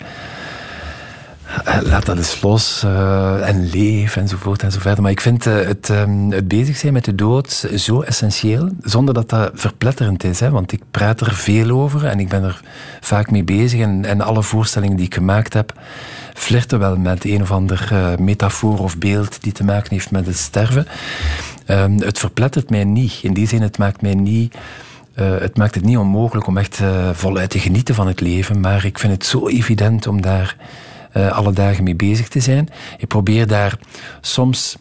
laat dat eens los uh, en leef enzovoort enzovoort. Maar ik vind uh, het, um, het bezig zijn met de dood zo essentieel, zonder dat dat verpletterend is. Hè? Want ik praat er veel over en ik ben er vaak mee bezig. En, en alle voorstellingen die ik gemaakt heb, flirten wel met een of ander uh, metafoor of beeld die te maken heeft met het sterven. Um, het verplettert mij niet. In die zin, het maakt mij niet... Uh, het maakt het niet onmogelijk om echt uh, voluit te genieten van het leven. Maar ik vind het zo evident om daar... Uh, alle dagen mee bezig te zijn. Ik probeer daar soms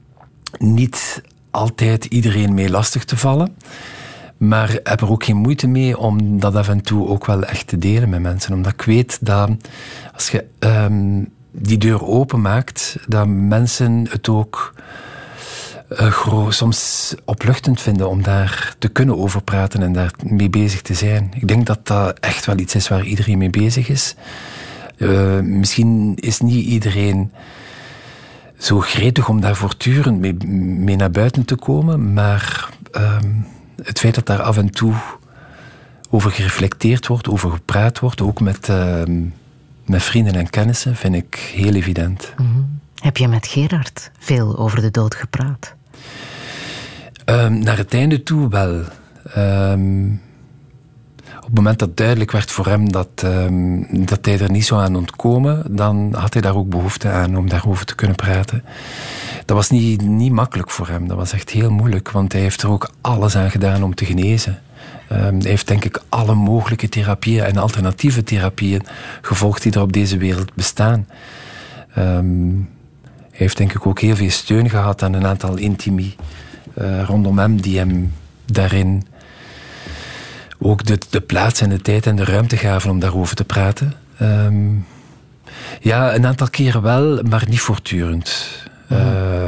niet altijd iedereen mee lastig te vallen, maar heb er ook geen moeite mee om dat af en toe ook wel echt te delen met mensen. Omdat ik weet dat als je um, die deur openmaakt, dat mensen het ook uh, gro- soms opluchtend vinden om daar te kunnen over praten en daar mee bezig te zijn. Ik denk dat dat echt wel iets is waar iedereen mee bezig is. Uh, misschien is niet iedereen zo gretig om daar voortdurend mee, mee naar buiten te komen, maar uh, het feit dat daar af en toe over gereflecteerd wordt, over gepraat wordt, ook met, uh, met vrienden en kennissen, vind ik heel evident. Mm-hmm. Heb je met Gerard veel over de dood gepraat? Uh, naar het einde toe wel. Uh, Op het moment dat duidelijk werd voor hem dat, um, dat hij er niet zou aan ontkomen, dan had hij daar ook behoefte aan om daarover te kunnen praten. Dat was niet, niet makkelijk voor hem. Dat was echt heel moeilijk, want hij heeft er ook alles aan gedaan om te genezen. Um, hij heeft denk ik alle mogelijke therapieën en alternatieve therapieën gevolgd die er op deze wereld bestaan. Um, hij heeft denk ik ook heel veel steun gehad aan een aantal intimi uh, rondom hem die hem daarin ook de, de plaats en de tijd en de ruimte gaven om daarover te praten. Um, ja, een aantal keren wel, maar niet voortdurend. Uh,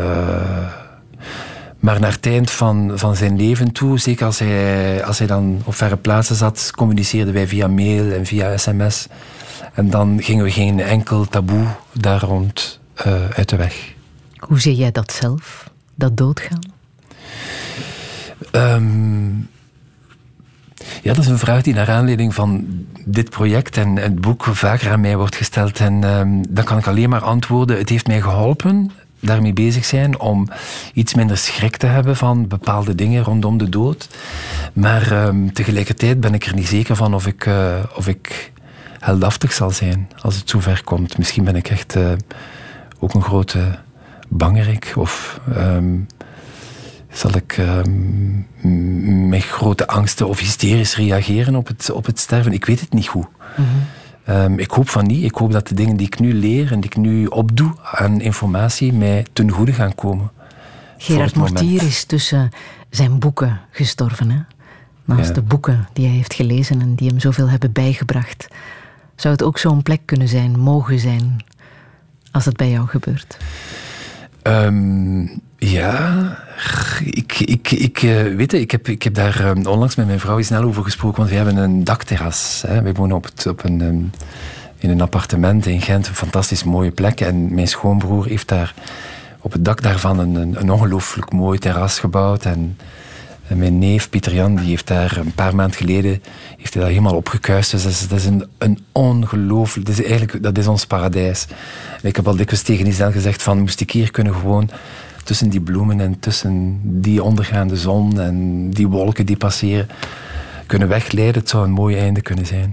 maar naar het eind van, van zijn leven toe, zeker als hij, als hij dan op verre plaatsen zat, communiceerden wij via mail en via sms. En dan gingen we geen enkel taboe daar rond uh, uit de weg. Hoe zie jij dat zelf, dat doodgaan? Um, ja, dat is een vraag die naar aanleiding van dit project en het boek vaker aan mij wordt gesteld. En um, dan kan ik alleen maar antwoorden, het heeft mij geholpen, daarmee bezig zijn, om iets minder schrik te hebben van bepaalde dingen rondom de dood. Maar um, tegelijkertijd ben ik er niet zeker van of ik, uh, of ik heldhaftig zal zijn als het zover komt. Misschien ben ik echt uh, ook een grote bangerik of um, zal ik um, met grote angsten of hysterisch reageren op het, op het sterven. Ik weet het niet goed. Mm-hmm. Um, ik hoop van niet. Ik hoop dat de dingen die ik nu leer en die ik nu opdoe aan informatie mij ten goede gaan komen. Gerard Mortier is tussen zijn boeken gestorven, hè? Naast ja. de boeken die hij heeft gelezen en die hem zoveel hebben bijgebracht. Zou het ook zo'n plek kunnen zijn, mogen zijn, als het bij jou gebeurt? Um, ja, ik, ik, ik uh, weet het, ik heb, ik heb daar um, onlangs met mijn vrouw snel over gesproken, want we hebben een dakterras. Hè. Wij wonen op, het, op een, um, in een appartement in Gent, een fantastisch mooie plek. En mijn schoonbroer heeft daar op het dak daarvan een, een, een ongelooflijk mooi terras gebouwd. En, en mijn neef Pieter Jan, die heeft daar een paar maanden geleden heeft hij dat helemaal opgekuist. Dus dat is, dat is een, een ongelooflijk... Dat is eigenlijk dat is ons paradijs. En ik heb al dikwijls tegen Isel gezegd van, moest ik hier kunnen gewoon tussen die bloemen en tussen die ondergaande zon en die wolken die passeren kunnen wegleiden. Het zou een mooi einde kunnen zijn.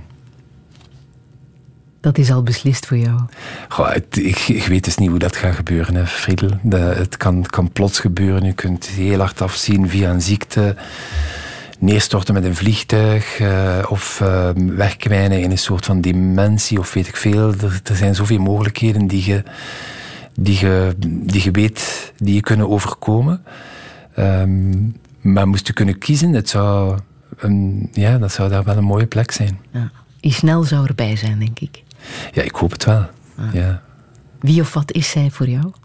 Dat is al beslist voor jou? Goh, het, ik, ik weet dus niet hoe dat gaat gebeuren, hè, Friedel. De, het kan, kan plots gebeuren. Je kunt heel hard afzien via een ziekte, neerstorten met een vliegtuig uh, of uh, wegkwijnen in een soort van dementie of weet ik veel. Er, er zijn zoveel mogelijkheden die je, die, je, die je weet die je kunnen overkomen. Um, maar moest je kunnen kiezen, het zou, een, ja, dat zou daar wel een mooie plek zijn. Ja. Isnel zou erbij zijn, denk ik. Ja, ik hoop het wel. Ah. Ja. Wie of wat is zij voor jou?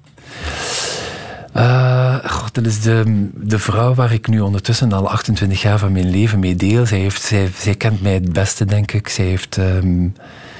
Uh, God, dat is de, de vrouw waar ik nu ondertussen al achtentwintig jaar van mijn leven mee deel. Zij, heeft, zij, zij kent mij het beste, denk ik. Zij heeft um,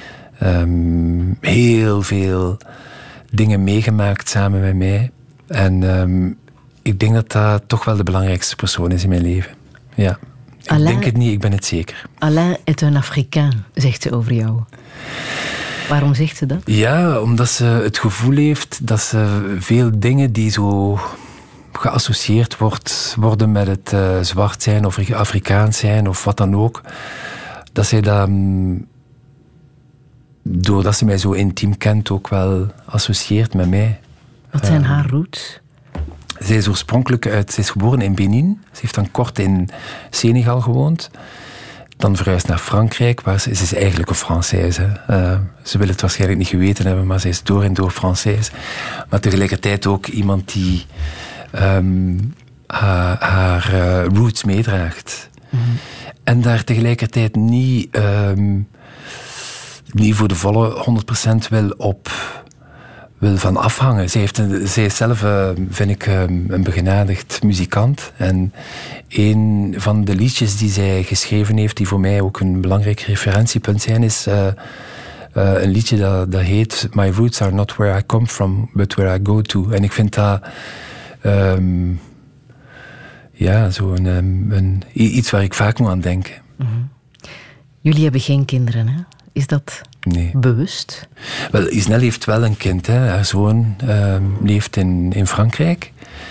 um, heel veel dingen meegemaakt samen met mij. En um, ik denk dat dat toch wel de belangrijkste persoon is in mijn leven. Ja. Ik Alain, denk het niet, ik ben het zeker. Alain est un Africain, zegt ze over jou. Waarom zegt ze dat? Ja, omdat ze het gevoel heeft dat ze veel dingen die zo geassocieerd wordt, worden met het uh, zwart zijn of Afrikaans zijn of wat dan ook, dat zij dat, um, doordat ze mij zo intiem kent, ook wel associeert met mij. Wat zijn uh, haar roots? Zij is oorspronkelijk uit, ze is geboren in Benin. Ze heeft dan kort in Senegal gewoond. Dan verhuisd naar Frankrijk, waar ze, ze is eigenlijk een Française. Uh, ze wil het waarschijnlijk niet geweten hebben, maar ze is door en door Française. Maar tegelijkertijd ook iemand die um, haar, haar uh, roots meedraagt. Mm-hmm. En daar tegelijkertijd niet, um, niet voor de volle honderd procent wil op... wil van afhangen. Zij, heeft een, zij is zelf, uh, vind ik, um, een begenadigd muzikant. En een van de liedjes die zij geschreven heeft, die voor mij ook een belangrijk referentiepunt zijn, is uh, uh, een liedje dat, dat heet My Roots Are Not Where I Come From, But Where I Go To. En ik vind dat um, ja, zo een, um, een, iets waar ik vaak moet aan denken. Mm-hmm. Jullie hebben geen kinderen, hè? Is dat... Nee. Bewust? Wel, Isnel heeft wel een kind. Hè. Haar zoon um, leeft in, in Frankrijk.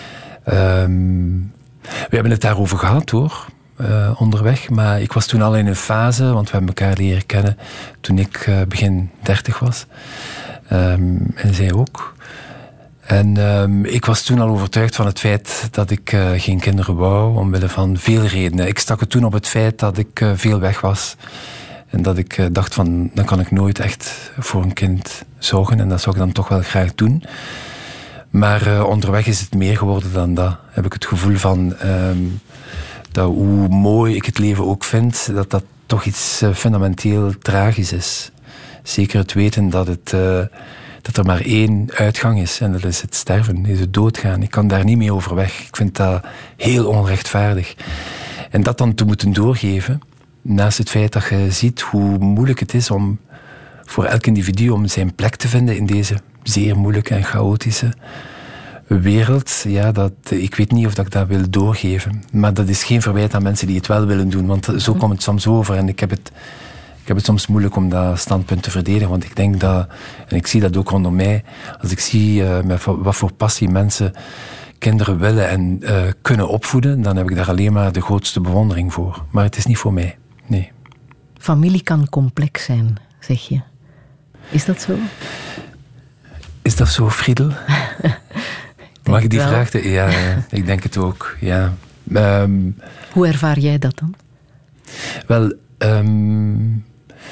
Um, we hebben het daarover gehad, hoor. Uh, onderweg. Maar ik was toen al in een fase, want we hebben elkaar leren kennen toen ik uh, begin dertig was. Um, en zij ook. En um, ik was toen al overtuigd van het feit dat ik uh, geen kinderen wou, omwille van veel redenen. Ik stak het toen op het feit dat ik uh, veel weg was. En dat ik uh, dacht van, dan kan ik nooit echt voor een kind zorgen. En dat zou ik dan toch wel graag doen. Maar uh, onderweg is het meer geworden dan dat. Heb ik het gevoel van, um, dat hoe mooi ik het leven ook vind, dat dat toch iets uh, fundamenteel tragisch is. Zeker het weten dat, het, uh, dat er maar één uitgang is. En dat is het sterven, is het doodgaan. Ik kan daar niet mee overweg. Ik vind dat heel onrechtvaardig. En dat dan te moeten doorgeven... Naast het feit dat je ziet hoe moeilijk het is om voor elk individu om zijn plek te vinden in deze zeer moeilijke en chaotische wereld, ja, dat, ik weet niet of dat ik dat wil doorgeven. Maar dat is geen verwijt aan mensen die het wel willen doen, want zo komt het soms over. En ik heb het, ik heb het soms moeilijk om dat standpunt te verdedigen, want ik denk dat, en ik zie dat ook rondom mij, als ik zie uh, met wat voor passie mensen kinderen willen en uh, kunnen opvoeden, dan heb ik daar alleen maar de grootste bewondering voor. Maar het is niet voor mij, nee. Familie kan complex zijn, zeg je. Is dat zo? Is dat zo, Friedel? Mag ik die wel. vraag? Te... Ja, ik denk het ook, ja. Um, Hoe ervaar jij dat dan? Wel, um,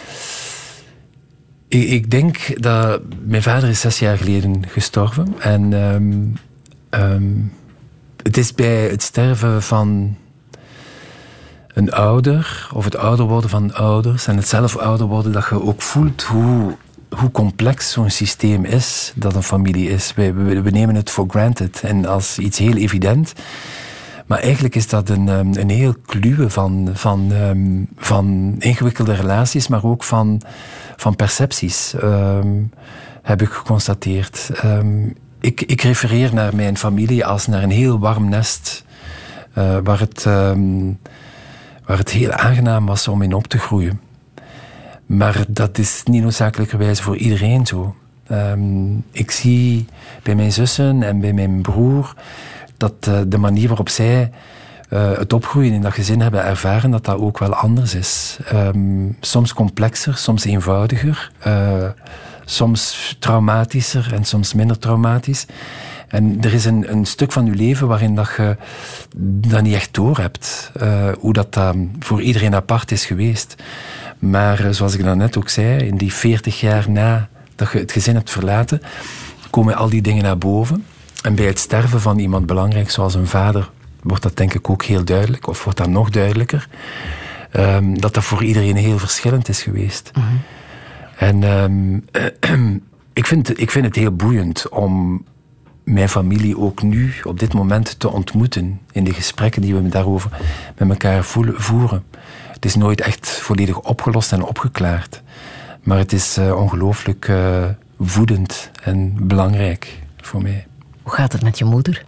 ik, ik denk dat mijn vader is zes jaar geleden gestorven. En um, um, het is bij het sterven van een ouder, of het ouder worden van ouders, en het zelf ouder worden, dat je ook voelt hoe, hoe complex zo'n systeem is, dat een familie is. We, we, we nemen het for granted en als iets heel evident. Maar eigenlijk is dat een, een heel kluwe van, van, um, van ingewikkelde relaties, maar ook van, van percepties, um, heb ik geconstateerd. Um, ik, ik refereer naar mijn familie als naar een heel warm nest, uh, waar, het, um, waar het heel aangenaam was om in op te groeien. Maar dat is niet noodzakelijkerwijs voor iedereen zo. Um, ik zie bij mijn zussen en bij mijn broer dat uh, de manier waarop zij uh, het opgroeien in dat gezin hebben ervaren, dat dat ook wel anders is. Um, soms complexer, soms eenvoudiger, uh, soms traumatischer en soms minder traumatisch. En er is een, een stuk van je leven waarin dat je dat niet echt doorhebt, uh, hoe dat uh, voor iedereen apart is geweest. Maar uh, zoals ik daarnet ook zei, in die veertig jaar na dat je het gezin hebt verlaten, komen al die dingen naar boven. En bij het sterven van iemand belangrijk, zoals een vader, wordt dat denk ik ook heel duidelijk, of wordt dat nog duidelijker, um, dat dat voor iedereen heel verschillend is geweest. Mm-hmm. En um, uh, ik, vind, ik vind het heel boeiend om mijn familie ook nu, op dit moment, te ontmoeten in de gesprekken die we daarover met elkaar voeren. Het is nooit echt volledig opgelost en opgeklaard. Maar het is uh, ongelooflijk uh, voedend en belangrijk voor mij. Hoe gaat het met je moeder?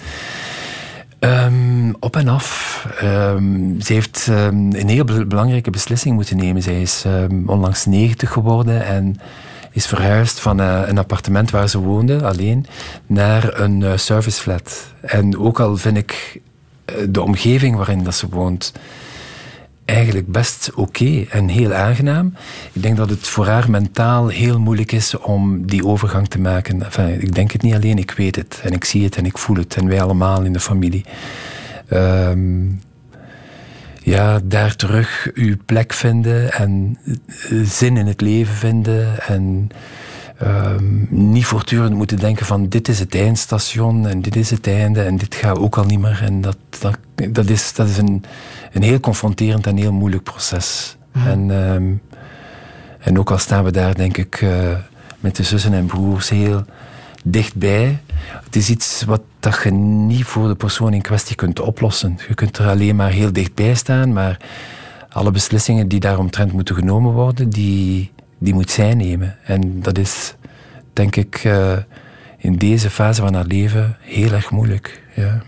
Um, op en af. Um, ze heeft um, een heel belangrijke beslissing moeten nemen. Zij is um, onlangs negentig geworden en is verhuisd van uh, een appartement waar ze woonde, alleen, naar een uh, serviceflat. En ook al vind ik uh, de omgeving waarin dat ze woont eigenlijk best oké okay en heel aangenaam. Ik denk dat het voor haar mentaal heel moeilijk is om die overgang te maken. Enfin, ik denk het niet alleen, ik weet het. En ik zie het en ik voel het. En wij allemaal in de familie. Um, ja, daar terug uw plek vinden en zin in het leven vinden. En um, niet voortdurend moeten denken van dit is het eindstation en dit is het einde en dit gaat ook al niet meer. En dat, dat, dat is, dat is een, een heel confronterend en heel moeilijk proces. Mm. En, um, en ook al staan we daar, denk ik, uh, met de zussen en broers heel dichtbij. Het is iets wat dat je niet voor de persoon in kwestie kunt oplossen. Je kunt er alleen maar heel dichtbij staan, maar alle beslissingen die daaromtrent moeten genomen worden, die, die moet zij nemen. En dat is, denk ik, uh, in deze fase van haar leven heel erg moeilijk. Ja.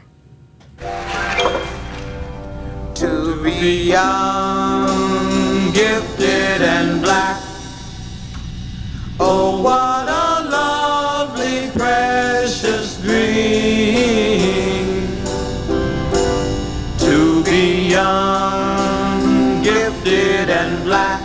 To be young, gifted and black. Oh, what a lovely, precious dream. To be young, gifted and black.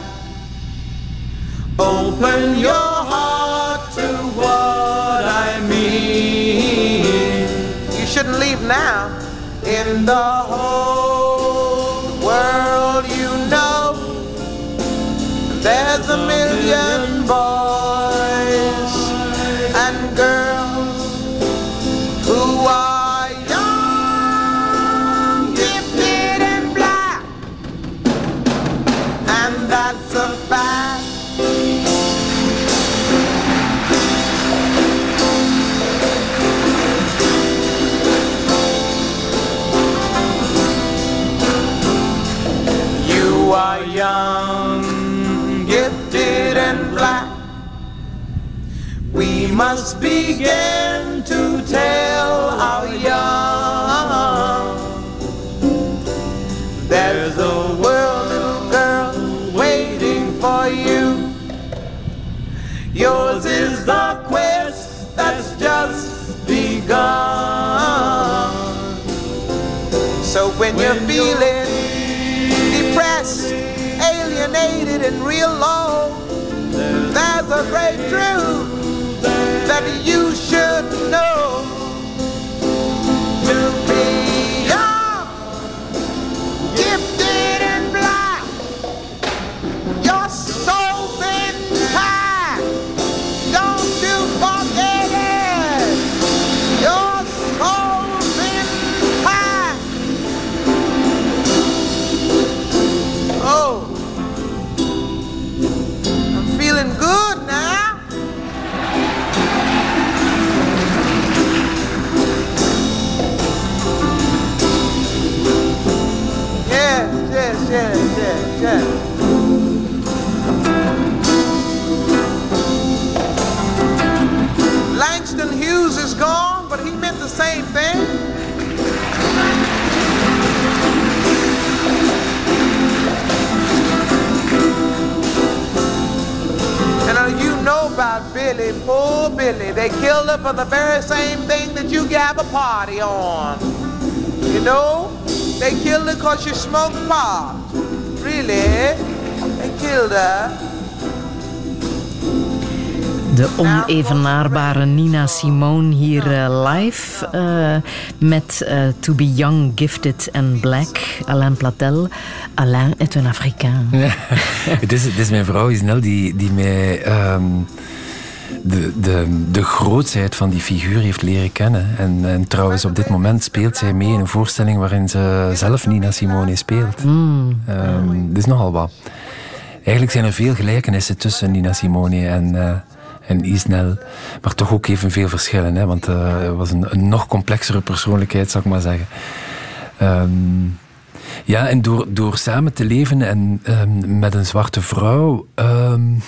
Open your heart to what I mean. You shouldn't leave now. In the whole world, you know, there's a million boys and girls who are young, gifted and black, and that's a fact. You are young, gifted and black. We must begin to tell Yours is the quest that's just begun. So when, when you're feeling you're depressed, alienated and real low, there's, there's a great truth that you should know. To be young, gifted and blind, your soul's in time. Don't you forget it. Your soul's in time. Oh, I'm feeling good now. Yes, yes, yes, yes, yes. Langston Hughes is gone, but he meant the same thing. And uh, you know about Billy, poor Billy. They killed her for the very same thing that you gave a party on. You know? They killed her because she smoked pot. Really? They killed her. De onevenaarbare Nina Simone hier uh, live uh, met uh, To Be Young, Gifted and Black, Alain Platel. Alain est un Afrikaan. Ja, het, is, het is mijn vrouw Isnel die, die mij um, de, de, de grootsheid van die figuur heeft leren kennen. En, en trouwens, op dit moment speelt zij mee in een voorstelling waarin ze zelf Nina Simone speelt. Mm. Um, dat is nogal wat. Eigenlijk zijn er veel gelijkenissen tussen Nina Simone en... Uh, en Isnel, maar toch ook evenveel verschillen, hè, want uh, het was een, een nog complexere persoonlijkheid, zou ik maar zeggen. Um, ja, en door, door samen te leven en um, met een zwarte vrouw um,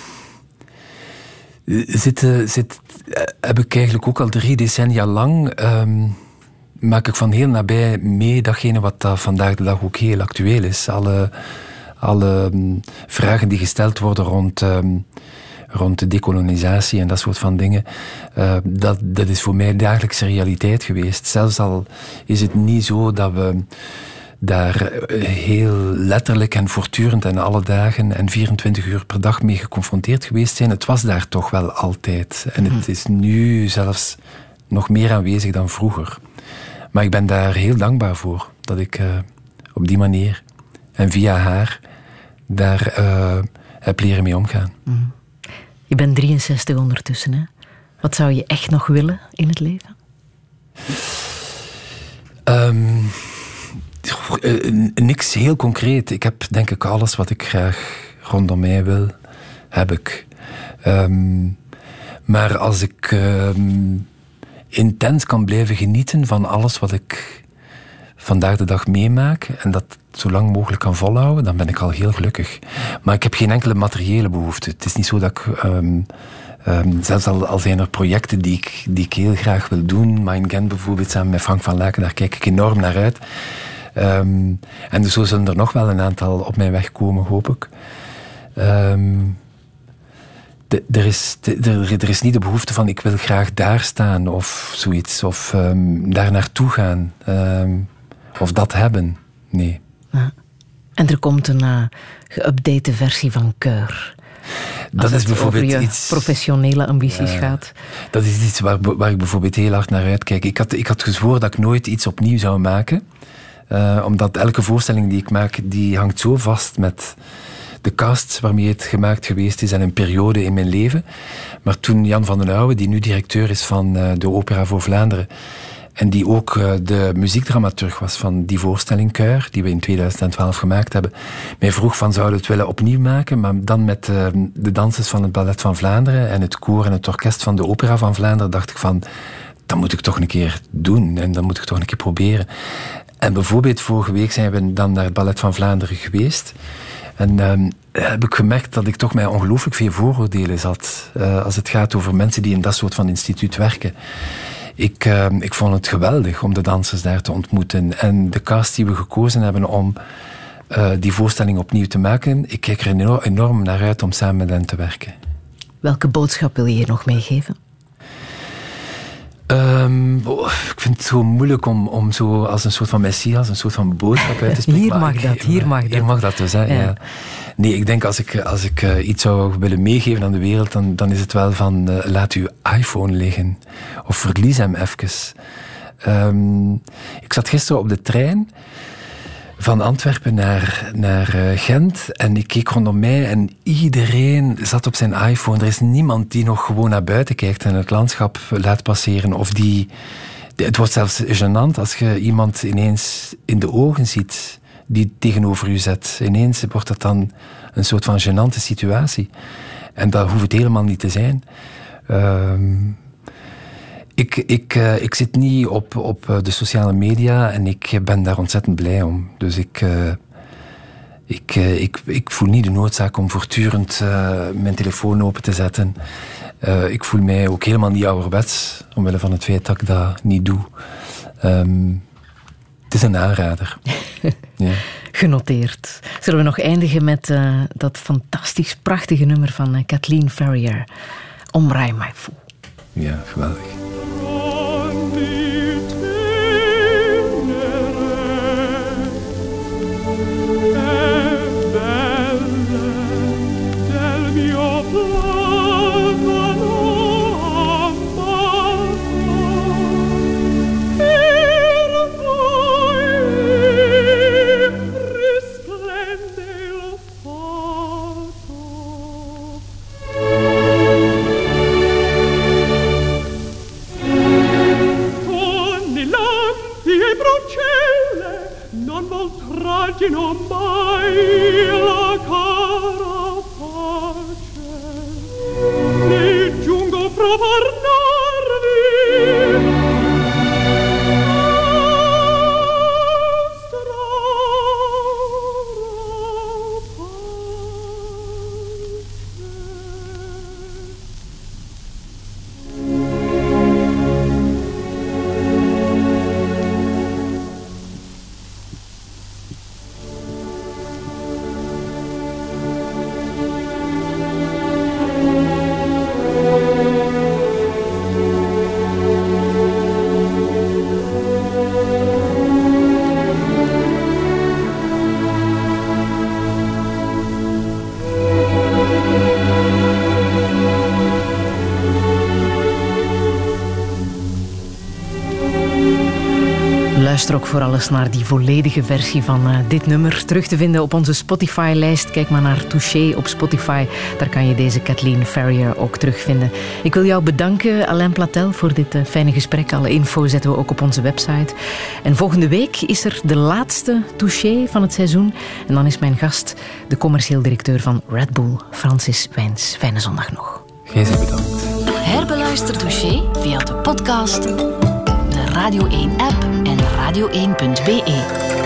zit, zit, heb ik eigenlijk ook al drie decennia lang um, maak ik van heel nabij mee datgene wat uh, vandaag de dag ook heel actueel is. Alle, alle um, vragen die gesteld worden rond... Um, rond de dekolonisatie en dat soort van dingen. Uh, dat, dat is voor mij dagelijkse realiteit geweest. Zelfs al is het niet zo dat we daar heel letterlijk en voortdurend en alle dagen en vierentwintig uur per dag mee geconfronteerd geweest zijn. Het was daar toch wel altijd. En het is nu zelfs nog meer aanwezig dan vroeger. Maar ik ben daar heel dankbaar voor. Dat ik uh, op die manier en via haar daar uh, heb leren mee omgaan. Mm. Je bent drieënzestig ondertussen, hè? Wat zou je echt nog willen in het leven? Um, uh, niks heel concreet. Ik heb denk ik alles wat ik graag rondom mij wil, heb ik. Um, maar als ik um, intens kan blijven genieten van alles wat ik vandaag de dag meemaak en dat zo lang mogelijk kan volhouden, dan ben ik al heel gelukkig. Maar ik heb geen enkele materiële behoefte. Het is niet zo dat ik... Um, um, zelfs al, al zijn er projecten die ik, die ik heel graag wil doen. Mein Gent bijvoorbeeld, samen met Frank van Laken, daar kijk ik enorm naar uit. Um, en zo zullen er nog wel een aantal op mijn weg komen, hoop ik. Um, de, er, is, de, er, er is niet de behoefte van ik wil graag daar staan of zoiets. Of um, daar naartoe gaan. Um, of dat hebben. Nee. Ja. En er komt een uh, geüpdate versie van Keur. Dat Als is bijvoorbeeld over je iets... professionele ambities ja, gaat. Dat is iets waar, waar ik bijvoorbeeld heel hard naar uitkijk. Ik had, ik had gezworen dat ik nooit iets opnieuw zou maken. Uh, omdat elke voorstelling die ik maak, die hangt zo vast met de cast waarmee het gemaakt geweest is en een periode in mijn leven. Maar toen Jan van den Ouwe, die nu directeur is van uh, de Opera voor Vlaanderen, en die ook uh, de muziekdramaturg was van die voorstelling Keur, die we in tweeduizend twaalf gemaakt hebben, mij vroeg van zouden we het willen opnieuw maken, maar dan met uh, de dansers van het Ballet van Vlaanderen en het koor en het orkest van de Opera van Vlaanderen, dacht ik van, dat moet ik toch een keer doen en dat moet ik toch een keer proberen. En bijvoorbeeld vorige week zijn we dan naar het Ballet van Vlaanderen geweest. En um, heb ik gemerkt dat ik toch met ongelooflijk veel vooroordelen zat. Uh, als het gaat over mensen die in dat soort van instituut werken. Ik, uh, ik vond het geweldig om de dansers daar te ontmoeten. En de cast die we gekozen hebben om uh, die voorstelling opnieuw te maken. Ik kijk er enorm, enorm naar uit om samen met hen te werken. Welke boodschap wil je hier nog meegeven? Um, oh, ik vind het zo moeilijk om, om zo als een soort van messias, een soort van boodschap uit te spreken. Hier mag ik, dat, hier mag hier dat. mag dat dus, hè, ja. Ja. Nee, ik denk als ik, als ik uh, iets zou willen meegeven aan de wereld, dan, dan is het wel van uh, laat uw iPhone liggen. Of verlies hem even. Um, ik zat gisteren op de trein van Antwerpen naar, naar uh, Gent en ik keek rondom mij en iedereen zat op zijn iPhone. Er is niemand die nog gewoon naar buiten kijkt en het landschap laat passeren. Of die, het wordt zelfs gênant als je iemand ineens in de ogen ziet die tegenover u zet. Ineens wordt dat dan een soort van gênante situatie. En dat hoeft het helemaal niet te zijn. Um, Ik, ik, uh, ik zit niet op, op de sociale media en ik ben daar ontzettend blij om. Dus ik, uh, ik, uh, ik, ik voel niet de noodzaak om voortdurend uh, mijn telefoon open te zetten. Uh, ik voel mij ook helemaal niet ouderwets, omwille van het feit dat ik dat niet doe. Um, het is een aanrader. Ja. Genoteerd. Zullen we nog eindigen met uh, dat fantastisch prachtige nummer van uh, Kathleen Ferrier, Omrai Mai Fu. Ja, geweldig. Non mai la cara pace, ne giungo provarnarvi. Luister ook vooral eens naar die volledige versie van uh, dit nummer. Terug te vinden op onze Spotify-lijst. Kijk maar naar Touché op Spotify. Daar kan je deze Kathleen Ferrier ook terugvinden. Ik wil jou bedanken, Alain Platel, voor dit uh, fijne gesprek. Alle info zetten we ook op onze website. En volgende week is er de laatste Touché van het seizoen. En dan is mijn gast de commercieel directeur van Red Bull, Francis Wijns. Fijne zondag nog. Gij zeer bedankt. Herbeluister Touché via de podcast, de Radio één app en radio één punt be.